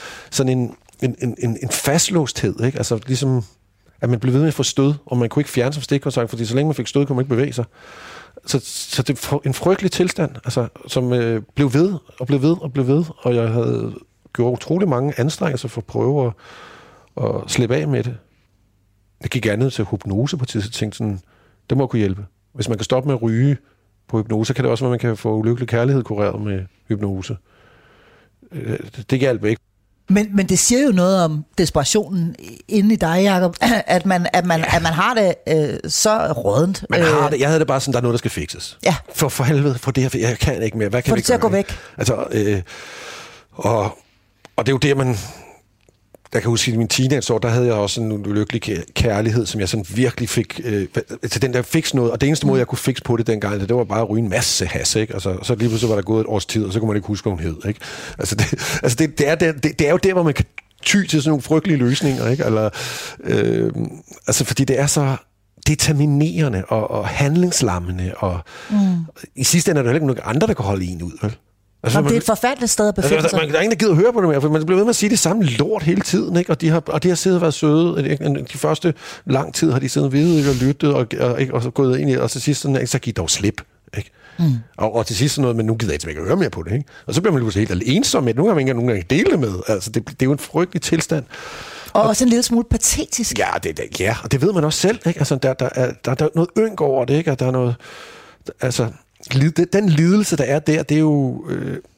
en fastlåsthed, ikke? Altså ligesom, at man blev ved med at få stød, og man kunne ikke fjerne sig fra stikkontakt, fordi så længe man fik stød, kunne man ikke bevæge sig. Så det var en frygtelig tilstand, altså, som blev ved, og jeg havde gjort utrolig mange anstrengelser for at prøve at slippe af med det. Jeg gik andet til hypnose på tid, så tænkte sådan, det må kunne hjælpe. Hvis man kan stoppe med at ryge på hypnose, kan det også være, at man kan få ulykkelig kærlighed kureret med hypnose. Det hjalp ikke. Men det siger jo noget om desperationen inde i dig, Jacob, at man har det så rådent. Man har det. Jeg havde det bare sådan, der er noget, der skal fikses. Ja. For helvede, for det her, jeg kan ikke mere. Hvad kan få det til at gå væk. Altså, og det er jo det, man... Jeg kan huske, i min teenageår, der havde jeg også en ulykkelig kærlighed, som jeg sådan virkelig fik... til den der fikse noget, og det eneste måde, jeg kunne fikse på det dengang, det var bare at ryge en masse has, ikke? Altså, så lige pludselig var der gået et års tid, og så kunne man ikke huske, hvad hun hed, ikke? Det er jo der, hvor man kan ty til sådan nogle frygtelige løsninger, ikke? Eller, fordi det er så determinerende og handlingslammende, og i sidste ende er der heller ikke nogen andre, der kan holde en ud, vel? Altså, det er et forfærdeligt sted at befinde sig. Der er ingen, der gider at høre på det mere, for man bliver ved med at sige det samme lort hele tiden, ikke? Og de har siddet og været søde. De første lang tid har de siddet ved og lyttet og så gået ind i, og til sidst sådan, så giv dog slip, ikke? Og til sidst sådan noget, men nu gider jeg ikke høre mere på det, ikke? Og så bliver man jo helt ensom med det. Nogle gange ikke nogen gange dele det med. Altså, det er jo en frygtelig tilstand. Og også en lille smule patetisk. Ja, og det ved man også selv, ikke? Altså, der er noget ynk over det, ikke? Og der er noget... Altså... Den lidelse, der er der, det er jo...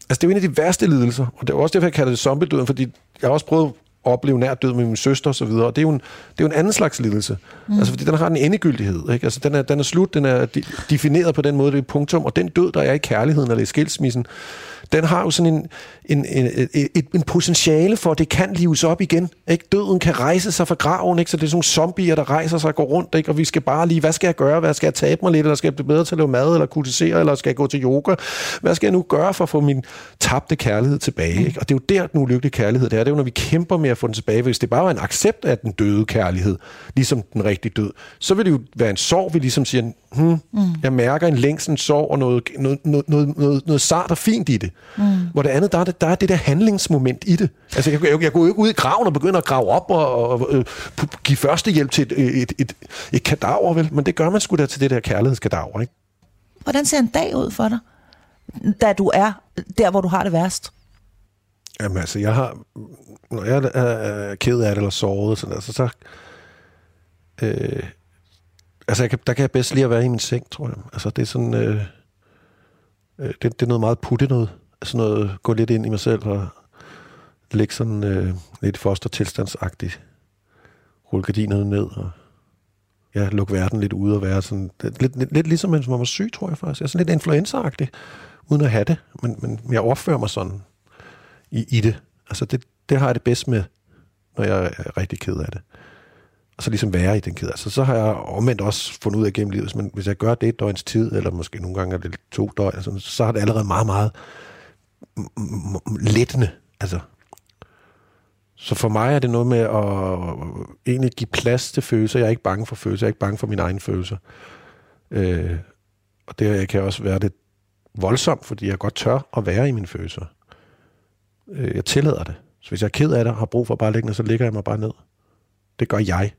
Altså, det er jo en af de værste lidelser, og det er også derfor, jeg kalder det zombie-døden, fordi jeg har også prøvet at opleve nær død med min søster og så videre, og det er jo en anden slags lidelse. Altså, fordi den har en endegyldighed, ikke? Altså, den er slut, den er defineret på den måde, det er punktum, og den død, der er i kærligheden eller i skilsmissen, den har jo sådan en potentiale for, at det kan lives op igen. Ikke? Døden kan rejse sig fra graven, ikke? Så det er sådan nogle zombier, der rejser sig og går rundt, ikke? Og vi skal bare lige, hvad skal jeg gøre? Hvad skal jeg tabe mig lidt? Eller skal jeg blive bedre til at lave mad, eller kultivere, eller skal jeg gå til yoga? Hvad skal jeg nu gøre for at få min tabte kærlighed tilbage? Ikke? Og det er jo der, den ulykkelige kærlighed det er. Det er jo, når vi kæmper med at få den tilbage. Hvis det bare var en accept af den døde kærlighed, ligesom den rigtige død, så vil det jo være en sorg, vi ligesom siger, jeg mærker en længsel, en sorg og noget sart og fint i det. Hvor det andet, der er det der handlingsmoment i det. Altså, jeg går jo ikke ud i graven og begynder at grave op og give førstehjælp til et kadaver, vel? Men det gør man sgu da til det der kærlighedskadaver, ikke? Hvordan ser en dag ud for dig, da du er der, hvor du har det værst? Jamen altså, når jeg er ked af det eller såret, så der kan jeg bedst lige at være i min seng, tror jeg. Altså, det er sådan, det er noget meget putte noget. Altså noget, gå lidt ind i mig selv og lægge sådan lidt fostertilstandsagtigt. Rulle gardinerne ned og lukke verden lidt ude og være sådan, lidt ligesom mens man var syg, tror jeg faktisk. Jeg er sådan lidt influenza-agtig, uden at have det. Men jeg opfører mig sådan i det. Altså det har jeg det bedst med, når jeg er rigtig ked af det. Og så ligesom være i den ked. Altså så har jeg omvendt også fundet ud af gennem livet, men hvis jeg gør det et døgns tid, eller måske nogle gange er det 2 døgn, altså, så har det allerede meget, meget lettende. Altså. Så for mig er det noget med at egentlig give plads til følelser. Jeg er ikke bange for følelser. Jeg er ikke bange for mine egne følelser. Og det kan også være lidt voldsomt, fordi jeg godt tør at være i mine følelser. Jeg tillader det. Så hvis jeg er ked af det og har brug for bare at ligge ned, så ligger jeg mig bare ned. Det gør jeg.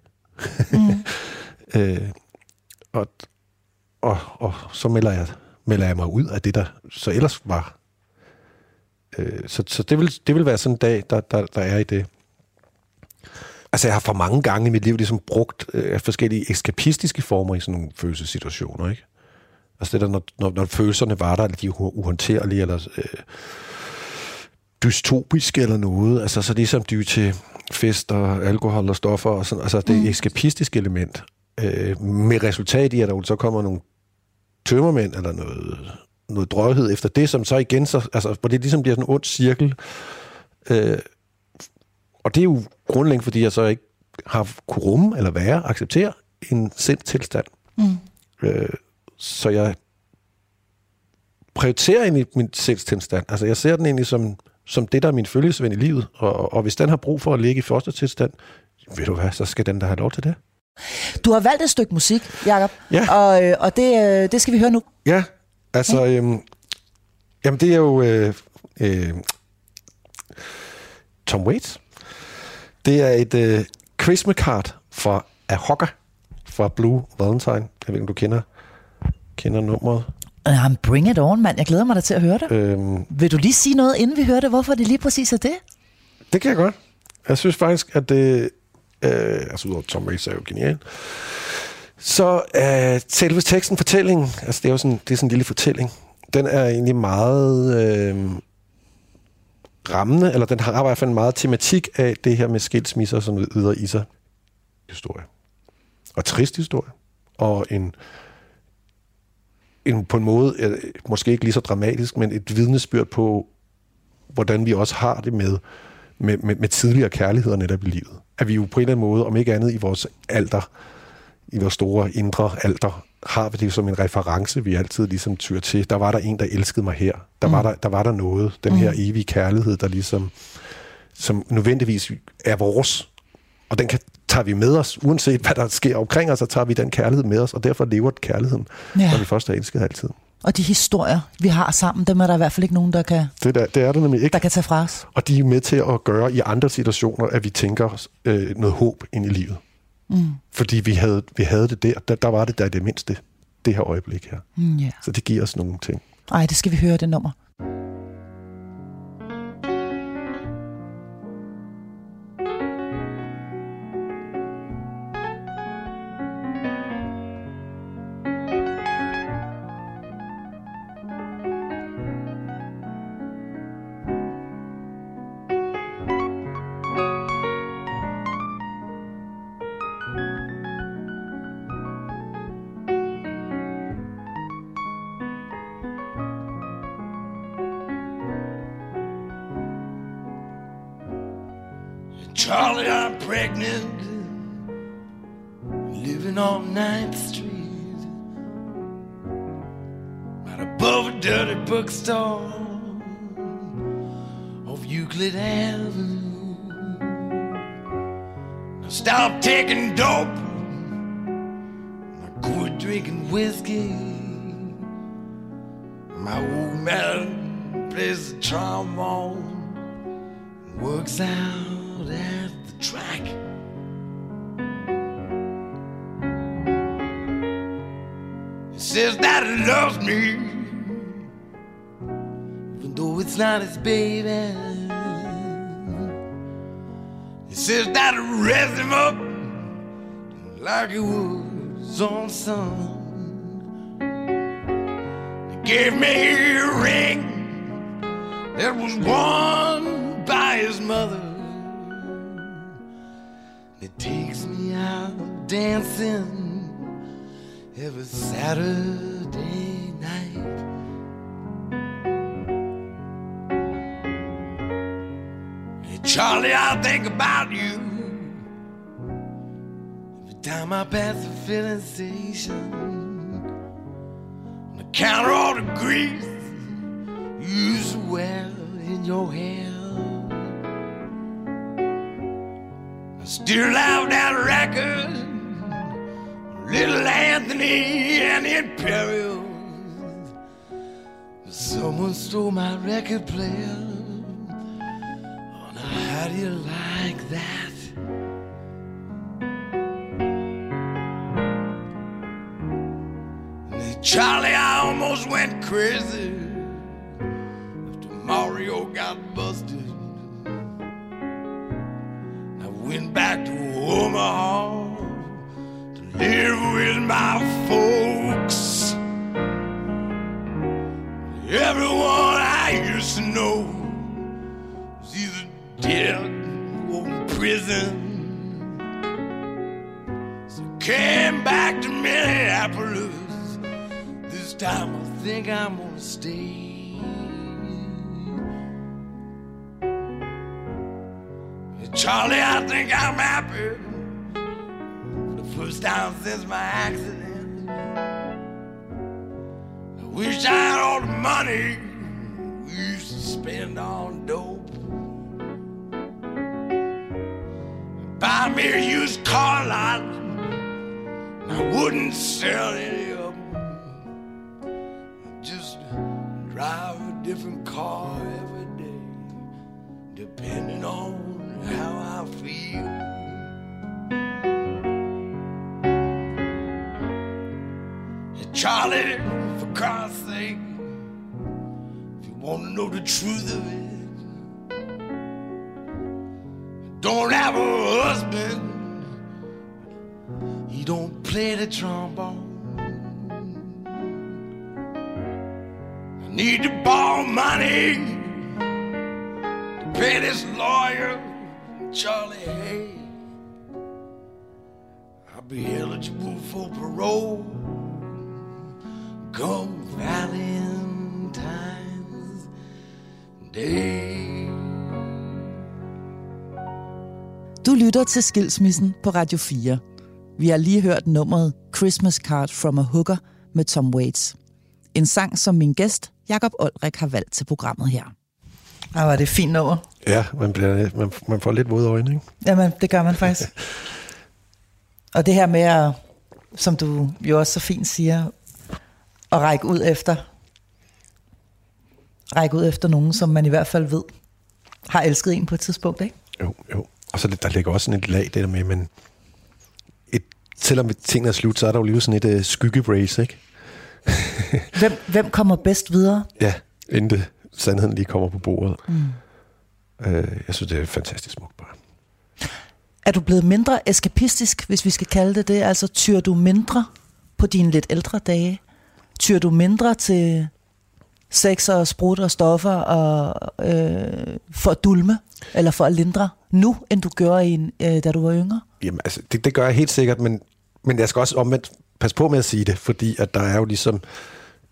Og så melder jeg mig ud af det, der så ellers var. Så det vil være sådan en dag, der er i det. Altså, jeg har for mange gange i mit liv ligesom brugt forskellige eskapistiske former i sådan nogle følelsessituationer, ikke? Altså det der, når følelserne var der, eller de er uhåndterlige, eller dystopiske eller noget, altså så ligesom de til fest og alkohol og stoffer og sådan, altså det eskapistiske element, med resultat i, at der så kommer nogle tømmermænd eller noget drøghed efter det, som så igen, hvor det ligesom bliver sådan en ond cirkel. Og det er jo grundlæggende, fordi jeg så ikke har kunne rumme eller acceptere en sindstilstand. Så jeg prioriterer egentlig min sindstilstand. Altså jeg ser den egentlig som det, der er min følgesvend i livet. Og hvis den har brug for at ligge i fostertilstand, ved du hvad, så skal den der have lov til det. Du har valgt et stykke musik, Jacob. Ja. Og det skal vi høre nu. Ja, altså, jamen det er jo Tom Waits. Det er et Christmas card fra Ahogga, fra Blue Valentine. Jeg ved ikke, om du kender nummeret. Bring it on, mand. Jeg glæder mig da til at høre det. Vil du lige sige noget, inden vi hører det? Hvorfor det lige præcis er det? Det kan jeg godt. Jeg synes faktisk, at det... altså udover Tom Waits er jo genial. Så selve teksten, fortællingen, altså det er sådan en lille fortælling. Den er egentlig meget rammende, eller den har i hvert fald en meget tematik af det her med skilsmisser, som videre i sig. Historie. Og trist historie. Og en på en måde, måske ikke lige så dramatisk, men et vidnesbyrd på, hvordan vi også har det med tidligere kærligheder netop i livet. At vi jo på en eller anden måde, om ikke andet i vores alder, i vores store indre alder, har vi det som en reference, vi altid ligesom tyr til. Der var der en, der elskede mig her. Der var der noget. Den her evige kærlighed, der ligesom, som nødvendigvis er vores. Og den tager vi med os, uanset hvad der sker omkring os, så tager vi den kærlighed med os, og derfor lever kærligheden, når vi først har elsket altid. Og de historier, vi har sammen, dem er der i hvert fald ikke nogen, der kan... Det er der nemlig ikke. Der kan tage fra os. Og de er med til at gøre i andre situationer, at vi tænker noget håb ind i livet. Fordi vi havde det der var det der i det mindste, det her øjeblik her. Yeah. Så det giver os nogle ting. Ej, det skal vi høre, det nummer. Charlie, I'm pregnant, living on 9th Street, right above a dirty bookstore off Euclid Avenue. Now stop taking dope, I quit drinking whiskey. My old man plays the trombone, works out at the track. He says that he loves me, even though it's not his baby. He says that he raised him up like he was on son. He gave me a ring that was worn by his mother. It takes me out dancing every Saturday night. Hey Charlie, I think about you every time I pass the filling station. On the counter, all the grease you used to wear in your hair. I still have that record, Little Anthony and the Imperials. But someone stole my record player. Oh, now how do you like that? And then, Charlie, I almost went crazy after Mario got busted. I went back to Omaha to live with my folks. Everyone I used to know was either dead or in prison. So I came back to Minneapolis. This time I think I'm gonna stay. Charlie, I think I'm happy for the first time since my accident. I wish I had all the money we used to spend on dope. Buy me a used car lot, and I wouldn't sell any of them. Just drive a different car every day, depending on how I feel. Hey, Charlie, for Christ's sake, if you want to know the truth of it, don't have a husband, he don't play the trombone. I need to borrow money to pay this lawyer, Charlie, hey, I'll be eligible for parole come Valentine's Day. Du lytter til Skilsmissen på Radio 4. Vi har lige hørt nummeret Christmas Card from a Hooker med Tom Waits. En sang, som min gæst, Jakob Olrik, har valgt til programmet her. Og var det fint nummer? Ja, man får lidt våde øjne, ikke? Jamen, det gør man faktisk. Og det her med at, som du jo også så fint siger, at række ud efter nogen, som man i hvert fald ved, har elsket en på et tidspunkt, ikke? Jo. Og så der ligger også sådan et lag, det der med, men selvom tingene er slut, så er der jo lige sådan et skygge-race, ikke? Hvem kommer bedst videre? Ja, inden sandheden lige kommer på bordet. Jeg synes, det er fantastisk smukt bare. Er du blevet mindre eskapistisk, hvis vi skal kalde det det? Altså, tyr du mindre på dine lidt ældre dage? Tyr du mindre til sex og sprut og stoffer og for at dulme, eller for at lindre nu, end du gjorde, da du var yngre? Jamen, altså, det gør jeg helt sikkert, men jeg skal også omvendt passe på med at sige det, fordi at der er jo ligesom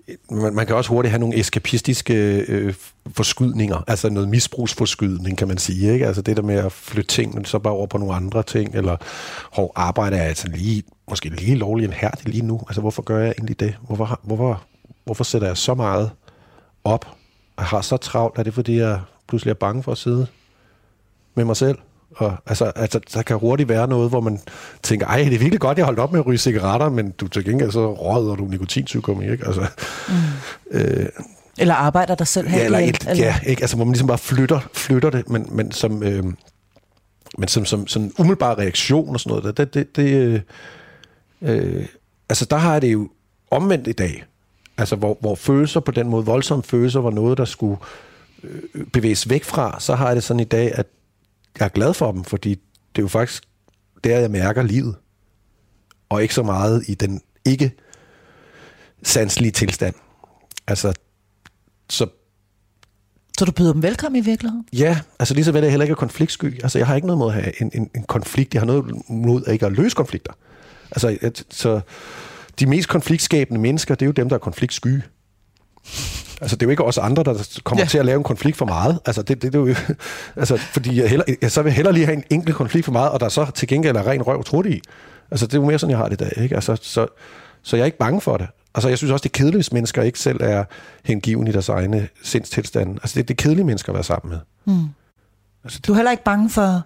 man kan også hurtigt have nogle eskapistiske forskydninger, altså noget misbrugsforskydning, kan man sige, ikke? Altså det der med at flytte tingene så bare over på nogle andre ting, eller arbejde er altså måske lige lovlig en hærdig lige nu. Altså hvorfor gør jeg egentlig det? Hvorfor sætter jeg så meget op? Jeg har så travlt, er det fordi jeg pludselig er bange for at sidde med mig selv? Og altså, der kan hurtigt være noget, hvor man tænker, ej, det er virkelig godt, jeg holdt op med at ryge cigaretter, men du til gengæld så rødder du nikotintyggegummi, ikke? Altså, eller arbejder der selv her? Ja, ikke? Altså, hvor man ligesom bare flytter det, men som sådan en umiddelbar reaktion og sådan noget, altså, der har jeg det jo omvendt i dag. Altså, hvor følelser på den måde, voldsomme følelser, var noget, der skulle bevæges væk fra, så har jeg det sådan i dag, at jeg er glad for dem, fordi det er jo faktisk der, jeg mærker livet. Og ikke så meget i den ikke-sanselige tilstand. Altså, så du byder dem velkommen i virkeligheden? Ja, altså lige så vel jeg heller ikke er konfliktsky. Altså, jeg har ikke noget mod at have en konflikt. Jeg har noget mod at ikke at løse konflikter. Altså, så de mest konfliktskabende mennesker, det er jo dem, der er konfliktsky. Altså, det er jo ikke os andre, der kommer til at lave en konflikt for meget. Altså, det er jo... Altså, fordi jeg så vil hellere lige have en enkelt konflikt for meget, og der så til gengæld er ren røv trutte i. Altså, det er jo mere sådan, jeg har det i dag, ikke? Altså, så jeg er ikke bange for det. Altså, jeg synes også, det er kedeligt, hvis mennesker ikke selv er hengiven i deres egne sindstilstande. Altså, det er kedelige mennesker at være sammen med. Altså, du er heller ikke bange for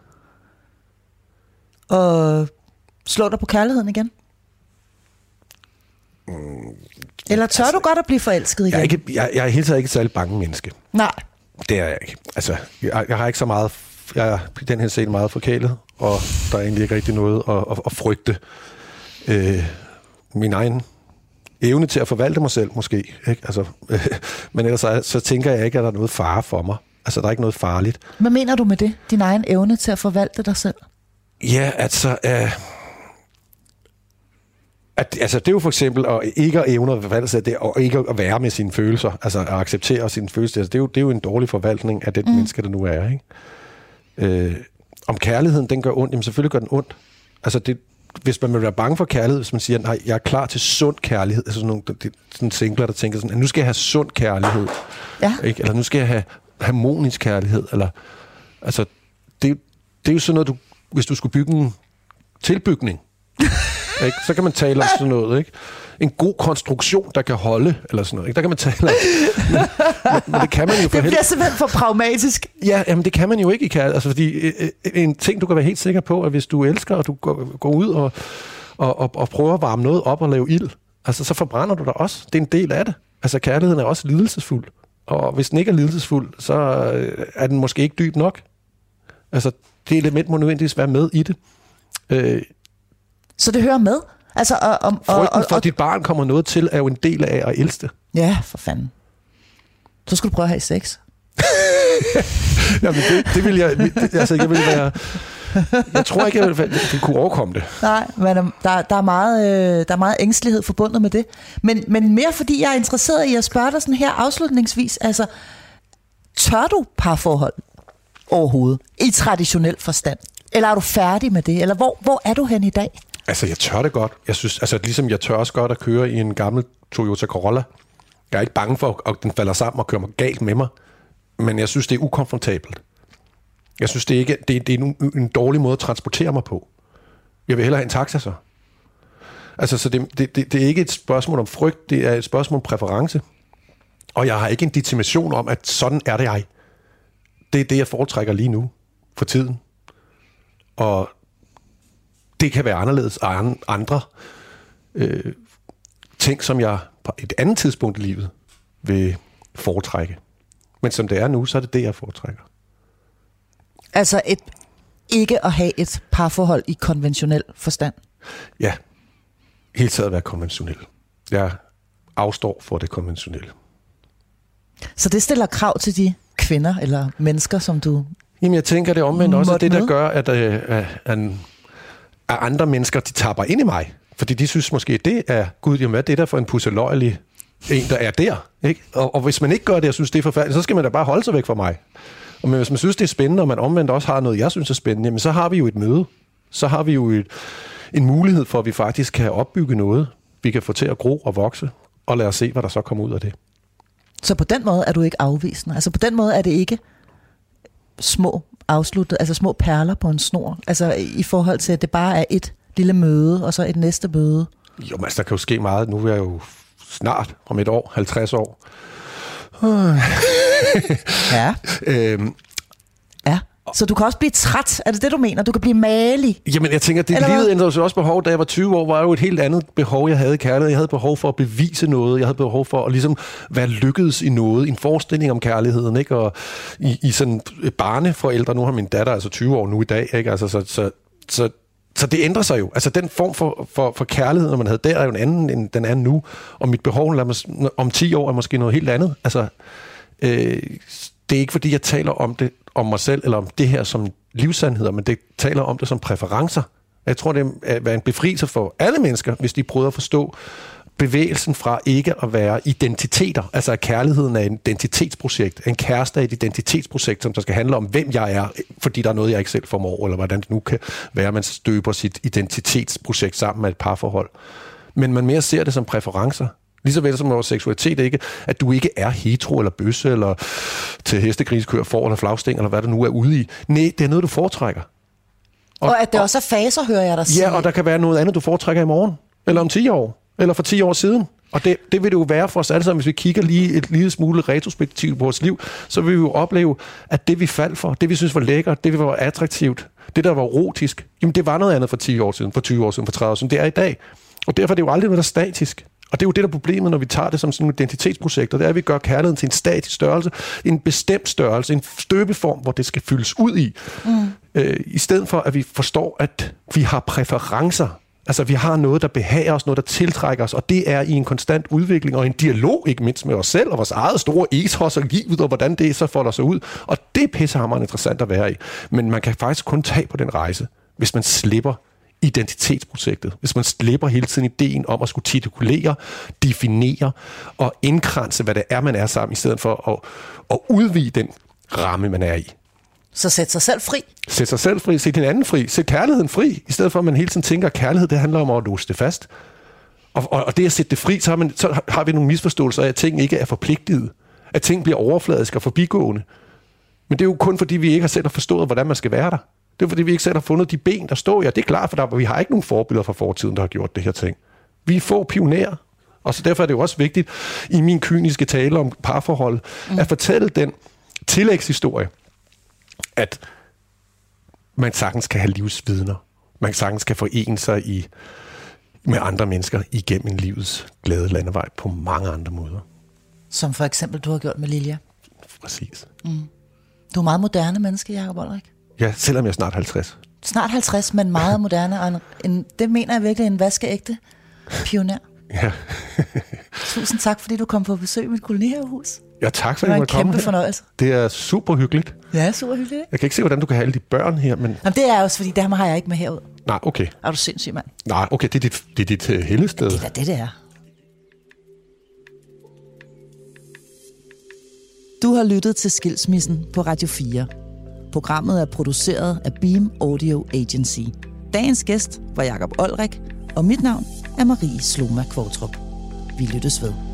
at slå dig på kærligheden igen? Eller tør du godt at blive forelsket igen? Jeg er helt taget ikke et særligt bange menneske. Nej. Det er jeg ikke. Altså, jeg har ikke så meget... Jeg er i den her scene meget forkælet, og der er egentlig ikke rigtig noget at frygte. Min egen evne til at forvalte mig selv, måske. Ikke? Altså, men ellers så tænker jeg ikke, at der er noget fare for mig. Altså, der er ikke noget farligt. Hvad mener du med det? Din egen evne til at forvalte dig selv? Ja, altså... Altså, det er jo for eksempel at ikke at evne at forvalte sig, det, og ikke at være med sine følelser, altså at acceptere sine følelser. Altså, det er jo en dårlig forvaltning af det menneske, der nu er. Ikke? Om kærligheden, den gør ondt, jamen selvfølgelig gør den ondt. Altså, hvis man vil være bange for kærlighed, hvis man siger, nej, jeg er klar til sund kærlighed, altså sådan singler, der tænker sådan, at nu skal jeg have sund kærlighed, ikke? Eller nu skal jeg have harmonisk kærlighed, eller, altså, det er jo sådan noget, hvis du skulle bygge en tilbygning, ikke? Så kan man tale om sådan noget, ikke? En god konstruktion, der kan holde, eller sådan noget, ikke? Der kan man tale om. Men det kan man jo for det bliver simpelthen for pragmatisk. Ja, jamen det kan man jo ikke i kærlighed. Altså, fordi en ting, du kan være helt sikker på, at hvis du elsker, og du går ud og prøver at varme noget op og lave ild, altså så forbrænder du dig også. Det er en del af det. Altså kærligheden er også lidelsesfuld. Og hvis den ikke er lidelsesfuld, så er den måske ikke dyb nok. Altså det element må nødvendigvis være med i det. Så det hører med? Altså, frygten for, at dit barn kommer noget til, er jo en del af at elske. Ja, for fanden. Så skulle du prøve at have sex. Jamen, det vil jeg... Altså, jeg vil være... Jeg tror ikke, jeg vil kunne overkomme det. Nej, men der er meget ængstelighed forbundet med det. Men mere fordi jeg er interesseret i at spørge dig sådan her afslutningsvis. Altså, tør du parforhold overhovedet? I traditionel forstand? Eller er du færdig med det? Eller hvor er du hen i dag? Altså, jeg tør det godt. Jeg synes, altså, ligesom jeg tør også godt at køre i en gammel Toyota Corolla. Jeg er ikke bange for, at den falder sammen og kører mig galt med mig. Men jeg synes, det er ukomfortabelt. Jeg synes, det er en dårlig måde at transportere mig på. Jeg vil hellere have en taxa så. Altså, så det er ikke et spørgsmål om frygt, det er et spørgsmål om præference. Og jeg har ikke en determination om, at sådan er det jeg. Det er det, jeg foretrækker lige nu, for tiden. Og det kan være anderledes af andre ting, som jeg på et andet tidspunkt i livet vil foretrække. Men som det er nu, så er det det, jeg foretrækker. Altså ikke at have et parforhold i konventionel forstand? Ja, helt taget at være konventionel. Jeg afstår for det konventionelle. Så det stiller krav til de kvinder eller mennesker, som du... Jamen, jeg tænker det omvendt også, det der gør, at andre mennesker, de tapper ind i mig. Fordi de synes måske, det er, gud, jamen, hvad er det der for en pusseløjelig en, der er der? Ikke? Og hvis man ikke gør det, og synes, det er forfærdeligt, så skal man da bare holde sig væk fra mig. Men hvis man synes, det er spændende, og man omvendt også har noget, jeg synes er spændende, jamen, så har vi jo et møde. Så har vi jo en mulighed for, at vi faktisk kan opbygge noget, vi kan få til at gro og vokse. og lad os se, hvad der så kommer ud af det. Så på den måde er du ikke afvisende? Altså på den måde er det ikke små afsluttet, altså små perler på en snor? Altså i forhold til, at det bare er et lille møde, og så et næste møde? Jo, men altså, der kan jo ske meget. Nu er jeg jo snart om et år, 50 år. Ja. Ja. Så du kan også blive træt, er det det, du mener? Du kan blive malig? Jamen, jeg tænker, det livet ændrede sig også behov. Da jeg var 20 år, var jo et helt andet behov, jeg havde i kærlighed. Jeg havde behov for at bevise noget. Jeg havde behov for at ligesom være lykkedes i noget. En forestilling om kærligheden, ikke? Og i sådan barneforældre, nu har min datter altså 20 år nu i dag, ikke? Altså, så det ændrer sig jo. Altså, den form for kærlighed, når man havde der, er jo en anden, end den er nu. Og mit behov om 10 år er måske noget helt andet. Altså, det er ikke, fordi jeg taler om det, om mig selv, eller om det her som livssandheder, men det taler om det som præferencer. Jeg tror, det er en befrielse for alle mennesker, hvis de prøver at forstå bevægelsen fra ikke at være identiteter. Altså, at kærligheden er et identitetsprojekt. En kæreste er et identitetsprojekt, som der skal handle om, hvem jeg er, fordi der er noget, jeg ikke selv formår, eller hvordan det nu kan være, at man støber sit identitetsprojekt sammen med et parforhold. Men man mere ser det som præferencer. Lige så vel som vores seksualitet, ikke? At du ikke er hetero eller bøsse, eller til hestegriskør, får eller flagstæng, eller hvad du nu er ude i. Nej, det er noget, du foretrækker. Og at det også er faser, hører jeg dig sige. Ja, og der kan være noget andet, du foretrækker i morgen, eller om 10 år, eller for 10 år siden. Og det vil det jo være for os alle sammen, hvis vi kigger lige et lille smule retrospektivt på vores liv, så vil vi jo opleve, at det vi faldt for, det vi synes var lækkert, det vi var attraktivt, det der var erotisk, jamen det var noget andet for 10 år siden, for 20 år siden, for 30 år siden, det er i dag. Og derfor er det jo aldrig noget, der er statisk. Og det er jo det, der er problemet, når vi tager det som sådan et identitetsprojekt, og det er, at vi gør kærligheden til en statisk størrelse, en bestemt størrelse, en støbeform, hvor det skal fyldes ud i. I stedet for, at vi forstår, at vi har præferencer. Altså, vi har noget, der behager os, noget, der tiltrækker os, og det er i en konstant udvikling og en dialog, ikke mindst med os selv og vores eget store ethos og livet, og hvordan det så folder sig ud. Og det er pissehammerende interessant at være i. Men man kan faktisk kun tage på den rejse, hvis man slipper identitetsprojektet. Hvis man slipper hele tiden ideen om at skulle titukulere, definere og indkranse, hvad det er, man er sammen, i stedet for at udvide den ramme, man er i. Så sæt sig selv fri. Sæt sig selv fri, sæt hinanden fri, sæt kærligheden fri, i stedet for at man hele tiden tænker, at kærlighed, det handler om at låse det fast. Og det at sætte det fri, så har vi nogle misforståelser af, at ting ikke er forpligtede. At ting bliver overfladiske og forbigående. Men det er jo kun fordi, vi ikke har selv forstået, hvordan man skal være der. Det er fordi, vi ikke selv har fundet de ben, der står i. Og det er klart, for vi har ikke nogen forbilleder fra fortiden, der har gjort det her ting. Vi er få pionerer. Og så derfor er det jo også vigtigt, i min kyniske tale om parforhold, at fortælle den tillægshistorie, at man sagtens kan have livsvidner. Man sagtens kan forene sig med andre mennesker igennem livets glade landevej på mange andre måder. Som for eksempel, du har gjort med Lilja. Præcis. Du er meget moderne menneske, Jacob Olrik. Ja, selvom jeg er snart 50. Snart 50, men meget moderne. Det mener jeg virkelig en vaskeægte pioner. Ja. Tusind tak, fordi du kom på besøg i mit kolonihavehus. Ja, tak for, at du måtte komme her. Det var en kæmpe fornøjelse. Det er super hyggeligt. Ja, super hyggeligt. Jeg kan ikke se, hvordan du kan have alle de børn her, men... Jamen, det er også, fordi det har jeg ikke med herud. Nej, okay. Er du sindssyg, mand? Nej, okay, det er dit hellested. Det er det er. Du har lyttet til Skilsmissen på Radio 4. Programmet er produceret af Beam Audio Agency. Dagens gæst var Jacob Olrik, og mit navn er Marie Sloma Kvartrup. Vi lyttes ved.